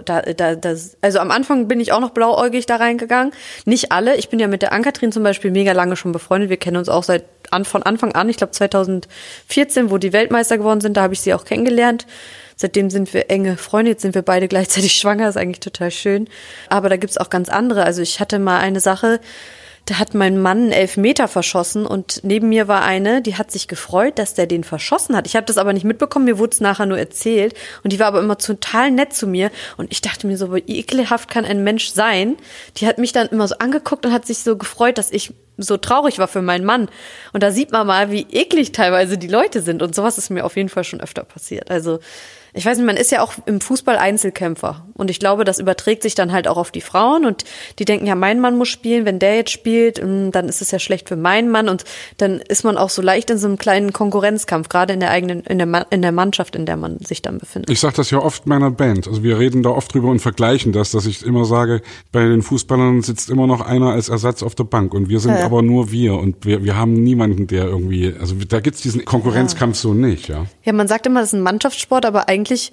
also am Anfang bin ich auch noch blauäugig da reingegangen. Nicht alle. Ich bin ja mit der Ann-Kathrin zum Beispiel mega lange schon befreundet. Wir kennen uns auch von Anfang an. Ich glaube 2014, wo die Weltmeister geworden sind, da habe ich sie auch kennengelernt. Seitdem sind wir enge Freunde. Jetzt sind wir beide gleichzeitig schwanger. Ist eigentlich total schön. Aber da gibt's auch ganz andere. Also ich hatte mal eine Sache, da hat mein Mann einen Elfmeter verschossen und neben mir war eine, die hat sich gefreut, dass der den verschossen hat. Ich habe das aber nicht mitbekommen, mir wurde es nachher nur erzählt und die war aber immer total nett zu mir und ich dachte mir so, wie ekelhaft kann ein Mensch sein? Die hat mich dann immer so angeguckt und hat sich so gefreut, dass ich so traurig war für meinen Mann. Und da sieht man mal, wie eklig teilweise die Leute sind und sowas ist mir auf jeden Fall schon öfter passiert. Also ich weiß nicht, man ist ja auch im Fußball Einzelkämpfer und ich glaube, das überträgt sich dann halt auch auf die Frauen und die denken, ja, mein Mann muss spielen, wenn der jetzt spielt, dann ist es ja schlecht für meinen Mann und dann ist man auch so leicht in so einem kleinen Konkurrenzkampf, gerade in der Mannschaft, in der man sich dann befindet. Ich sage das ja oft meiner Band, also wir reden da oft drüber und vergleichen das, dass ich immer sage, bei den Fußballern sitzt immer noch einer als Ersatz auf der Bank und wir sind aber nur wir und wir haben niemanden, der irgendwie, also da gibt's diesen Konkurrenzkampf so nicht, ja. Ja, man sagt immer, das ist ein Mannschaftssport, aber eigentlich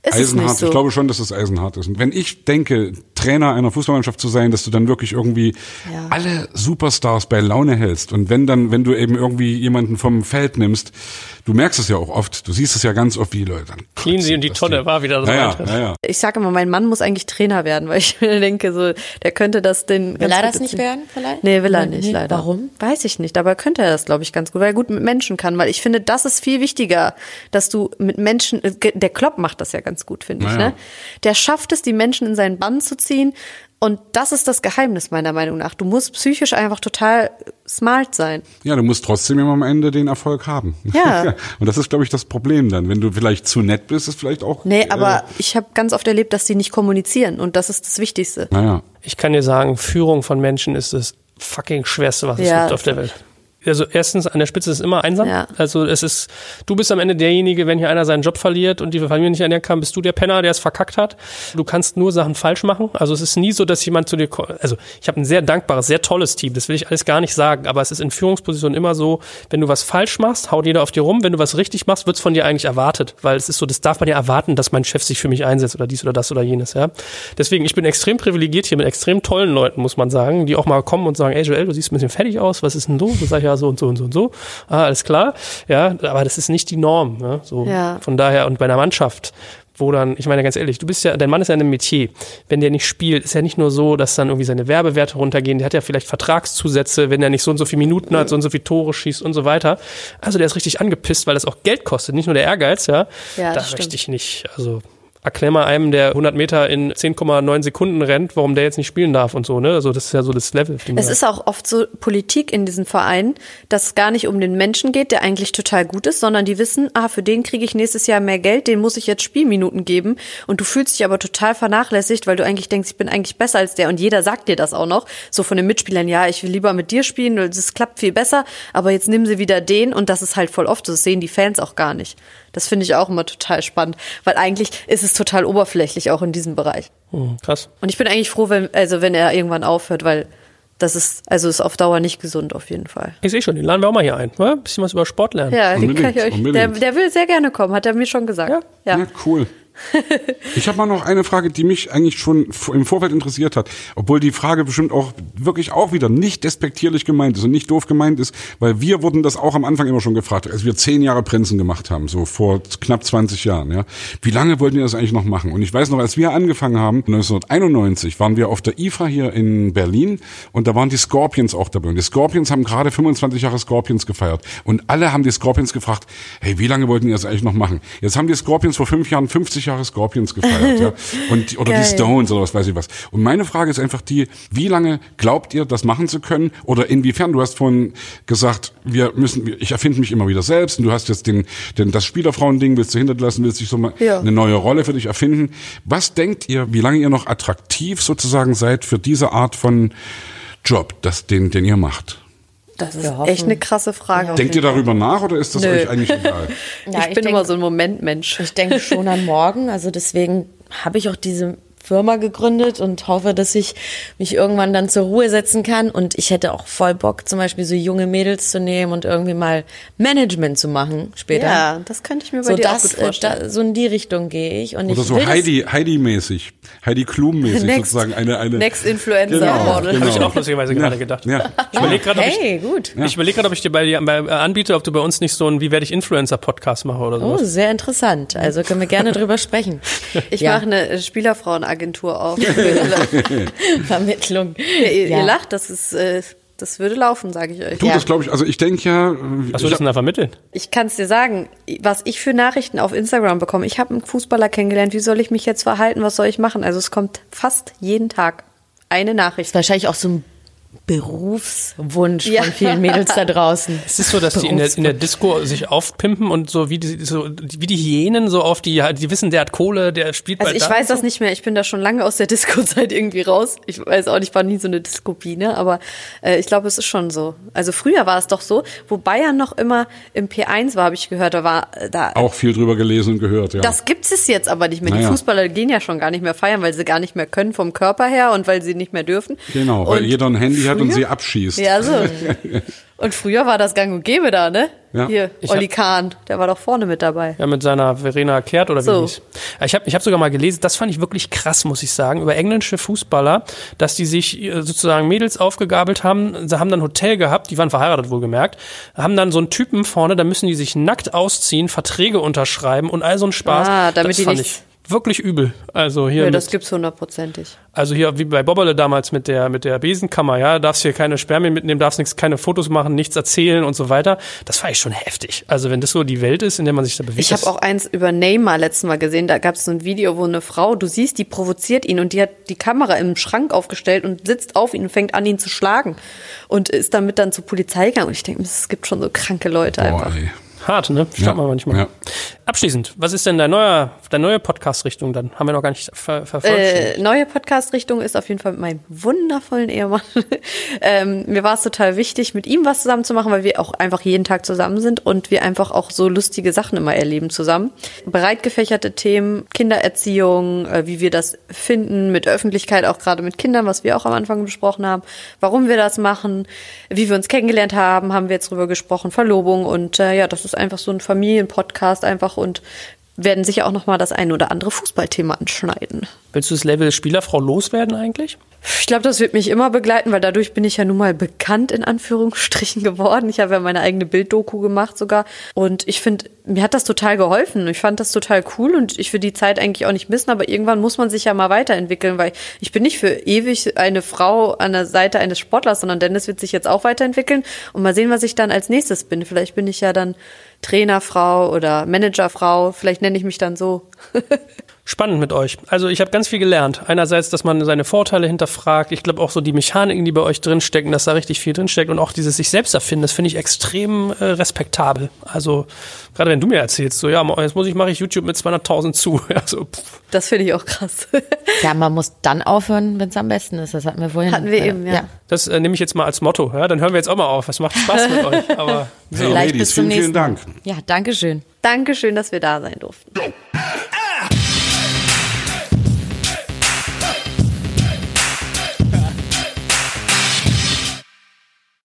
ist es nicht so. Ich glaube schon, dass es eisenhart ist. Und wenn ich denke, Trainer einer Fußballmannschaft zu sein, dass du dann wirklich irgendwie alle Superstars bei Laune hältst. Und wenn du eben irgendwie jemanden vom Feld nimmst, du merkst es ja auch oft, du siehst es ja ganz oft, wie die Leute dann. Cleansy und die Tonne war wieder so. Ja. Ich sage immer, mein Mann muss eigentlich Trainer werden, weil ich mir denke, so, der könnte das den. Will er das nicht werden, vielleicht? Nee, will er nicht, leider. Warum? Weiß ich nicht, aber könnte er das, glaube ich, ganz gut, weil er gut mit Menschen kann, weil ich finde, das ist viel wichtiger, dass du mit Menschen, der Klopp macht das ja ganz gut, finde ich, ne? Der schafft es, die Menschen in seinen Bann zu ziehen. Und das ist das Geheimnis meiner Meinung nach. Du musst psychisch einfach total smart sein. Ja, du musst trotzdem immer am Ende den Erfolg haben. Ja. Und das ist, glaube ich, das Problem dann. Wenn du vielleicht zu nett bist, ist vielleicht auch... Nee, aber ich habe ganz oft erlebt, dass die nicht kommunizieren. Und das ist das Wichtigste. Ich kann dir sagen, Führung von Menschen ist das fucking Schwerste, was es gibt auf der Welt. Also erstens, an der Spitze ist es immer einsam. Ja. Also du bist am Ende derjenige, wenn hier einer seinen Job verliert und die Familie nicht ernähren kann, bist du der Penner, der es verkackt hat. Du kannst nur Sachen falsch machen. Also es ist nie so, dass jemand zu dir kommt. Also ich habe ein sehr dankbares, sehr tolles Team. Das will ich alles gar nicht sagen. Aber es ist in Führungspositionen immer so, wenn du was falsch machst, haut jeder auf dir rum. Wenn du was richtig machst, wird's von dir eigentlich erwartet. Weil es ist so, das darf man ja erwarten, dass mein Chef sich für mich einsetzt oder dies oder das oder jenes. Ja. Deswegen, ich bin extrem privilegiert hier mit extrem tollen Leuten, muss man sagen, die auch mal kommen und sagen, ey Joel, du siehst ein bisschen fertig aus. Was ist denn so? Da sag ich, ja, so und so und so und so. Alles klar. Ja, aber das ist nicht die Norm. Ne? So, von daher, und bei einer Mannschaft, wo dann, ich meine ganz ehrlich, dein Mann ist ja in einem Metier. Wenn der nicht spielt, ist ja nicht nur so, dass dann irgendwie seine Werbewerte runtergehen. Der hat ja vielleicht Vertragszusätze, wenn er nicht so und so viele Minuten hat, so und so viele Tore schießt und so weiter. Also der ist richtig angepisst, weil das auch Geld kostet, nicht nur der Ehrgeiz. Ja, da möchte ich nicht, also erklär mal einem, der 100 Meter in 10,9 Sekunden rennt, warum der jetzt nicht spielen darf und so, ne? Also das ist ja so das Level. Es ist auch oft so Politik in diesen Vereinen, dass es gar nicht um den Menschen geht, der eigentlich total gut ist, sondern die wissen, für den kriege ich nächstes Jahr mehr Geld, den muss ich jetzt Spielminuten geben und du fühlst dich aber total vernachlässigt, weil du eigentlich denkst, ich bin eigentlich besser als der und jeder sagt dir das auch noch, so von den Mitspielern, ja, ich will lieber mit dir spielen, das klappt viel besser, aber jetzt nimm sie wieder den und das ist halt voll oft, das sehen die Fans auch gar nicht. Das finde ich auch immer total spannend, weil eigentlich ist es total oberflächlich auch in diesem Bereich. Krass. Und ich bin eigentlich froh, wenn er irgendwann aufhört, weil das ist auf Dauer nicht gesund auf jeden Fall. Ich sehe schon, den laden wir auch mal hier ein. Ein bisschen was über Sport lernen. Ja, den kann ich euch. Der will sehr gerne kommen, hat er mir schon gesagt. Ja, cool. Ich habe mal noch eine Frage, die mich eigentlich schon im Vorfeld interessiert hat, obwohl die Frage bestimmt auch wirklich auch wieder nicht despektierlich gemeint ist und nicht doof gemeint ist, weil wir wurden das auch am Anfang immer schon gefragt, als wir 10 Jahre Prinzen gemacht haben, so vor knapp 20 Jahren. Ja, wie lange wollten wir das eigentlich noch machen? Und ich weiß noch, als wir angefangen haben, 1991, waren wir auf der IFA hier in Berlin und da waren die Scorpions auch dabei. Und die Scorpions haben gerade 25 Jahre Scorpions gefeiert und alle haben die Scorpions gefragt, hey, wie lange wollten ihr das eigentlich noch machen? Jetzt haben die Scorpions vor 5 Jahren 50 Jahre Scorpions gefeiert, ja. Oder die Stones oder was weiß ich was. Und meine Frage ist einfach die, wie lange glaubt ihr, das machen zu können? Oder inwiefern, du hast vorhin gesagt, ich erfinde mich immer wieder selbst und du hast jetzt das Spielerfrauen-Ding, willst du hinter lassen, willst dich so mal eine neue Rolle für dich erfinden. Was denkt ihr, wie lange ihr noch attraktiv sozusagen seid für diese Art von Job, den ihr macht? Das ist echt eine krasse Frage. Ja. Denkt ihr darüber nach oder ist das euch eigentlich egal? Ja, ich bin immer so ein Momentmensch. Ich denke schon an morgen, also deswegen habe ich auch diese Firma gegründet und hoffe, dass ich mich irgendwann dann zur Ruhe setzen kann. Und ich hätte auch voll Bock, zum Beispiel so junge Mädels zu nehmen und irgendwie mal Management zu machen später. Ja, das könnte ich mir bei dir auch gut vorstellen. So in die Richtung gehe ich. Und oder ich so Heidi-mäßig, Heidi Klum-mäßig sozusagen. eine Next Influencer-Model. Genau. Habe ich auch lustigerweise gerade gedacht. Ja. Ich überlege gerade, ob ich dir anbiete, ob du bei uns nicht so ein Wie werde ich Influencer-Podcast mache oder sowas. Oh, sehr interessant. Also können wir gerne drüber sprechen. Ich mache eine Spielerfrauen-Agentur auf. Vermittlung. Ihr lacht, das würde laufen, sage ich euch. Du, das glaube ich, also ich denke ja... Was würdest du denn da vermitteln? Ich kann es dir sagen, was ich für Nachrichten auf Instagram bekomme. Ich habe einen Fußballer kennengelernt, wie soll ich mich jetzt verhalten, was soll ich machen? Also es kommt fast jeden Tag eine Nachricht. Das ist wahrscheinlich auch so ein Berufswunsch von vielen Mädels da draußen. Es ist so, dass die in der Disco sich aufpimpen und so wie die Hyänen so auf die wissen, der hat Kohle, der spielt bald. Also ich weiß das nicht mehr, ich bin da schon lange aus der Disco-Zeit irgendwie raus. Ich weiß auch nicht, ich war nie so eine Disco-Biene, aber ich glaube, es ist schon so. Also früher war es doch so, wo Bayern noch immer im P1 war, habe ich gehört, da war da auch viel drüber gelesen und gehört, ja. Das gibt es jetzt aber nicht mehr. Die Fußballer gehen ja schon gar nicht mehr feiern, weil sie gar nicht mehr können vom Körper her und weil sie nicht mehr dürfen. Genau, weil jeder ein Handy Handy hat und sie abschießt. Ja, so. Und früher war das gang und gäbe da, ne? Ja. Hier, Olli Kahn, der war doch vorne mit dabei. Ja, mit seiner Verena Kehrt oder wie So. hieß. Ich hab sogar mal gelesen, das fand ich wirklich krass, muss ich sagen, über englische Fußballer, dass die sich sozusagen Mädels aufgegabelt haben. Sie haben dann ein Hotel gehabt, die waren verheiratet wohlgemerkt, haben dann so einen Typen vorne, da müssen die sich nackt ausziehen, Verträge unterschreiben und all so ein Spaß. Damit das die fand nicht... ich wirklich übel. Also hier Ja, das mit, gibt's 100%. also hier wie bei Bobberle damals mit der Besenkammer, ja, darfst hier keine Spermien mitnehmen, darfst keine Fotos machen, nichts erzählen und so weiter. Das fand ich schon heftig. Also wenn das so die Welt ist, in der man sich da bewegt. Ich habe auch eins über Neymar letztes Mal gesehen, da gab's so ein Video, wo eine Frau, du siehst, die provoziert ihn und die hat die Kamera im Schrank aufgestellt und sitzt auf ihn und fängt an, ihn zu schlagen und ist damit dann zur Polizei gegangen. Und ich denke, es gibt schon so kranke Leute einfach. Ey. hart, ne? Staubt man manchmal. Ja. Abschließend, was ist denn deine neue Podcast-Richtung dann? Haben wir noch gar nicht verfolgt. Neue Podcast-Richtung ist auf jeden Fall mit meinem wundervollen Ehemann. Mir war es total wichtig, mit ihm was zusammen zu machen, weil wir auch einfach jeden Tag zusammen sind und wir einfach auch so lustige Sachen immer erleben zusammen. Breit gefächerte Themen, Kindererziehung, wie wir das finden mit Öffentlichkeit, auch gerade mit Kindern, was wir auch am Anfang besprochen haben, warum wir das machen, wie wir uns kennengelernt haben wir jetzt drüber gesprochen, Verlobung und ja, das ist einfach so ein Familienpodcast einfach und werden sicher auch nochmal das ein oder andere Fußballthema anschneiden. Willst du das Label Spielerfrau loswerden eigentlich? Ich glaube, das wird mich immer begleiten, weil dadurch bin ich ja nun mal bekannt in Anführungsstrichen geworden. Ich habe ja meine eigene Bilddoku gemacht sogar und ich finde, mir hat das total geholfen. Ich fand das total cool und ich will die Zeit eigentlich auch nicht missen, aber irgendwann muss man sich ja mal weiterentwickeln, weil ich bin nicht für ewig eine Frau an der Seite eines Sportlers, sondern Dennis wird sich jetzt auch weiterentwickeln und mal sehen, was ich dann als nächstes bin. Vielleicht bin ich ja dann Trainerfrau oder Managerfrau, vielleicht nenne ich mich dann so. Spannend mit euch. Also ich habe ganz viel gelernt. Einerseits, dass man seine Vorteile hinterfragt. Ich glaube auch so die Mechaniken, die bei euch drinstecken, dass da richtig viel drinsteckt und auch dieses sich selbst erfinden, das finde ich extrem respektabel. Also gerade wenn du mir erzählst, so ja, jetzt mache ich YouTube mit 200.000 zu. Also, das finde ich auch krass. Ja, man muss dann aufhören, wenn es am besten ist. Das hatten wir vorhin. Hatten wir eben, ja. Das nehme ich jetzt mal als Motto. Ja, dann hören wir jetzt auch mal auf. Es macht Spaß mit euch. Aber Hey, Vielleicht Ladies, bis zum vielen nächsten Dank. Mal. Ja, danke schön. Dankeschön, dass wir da sein durften.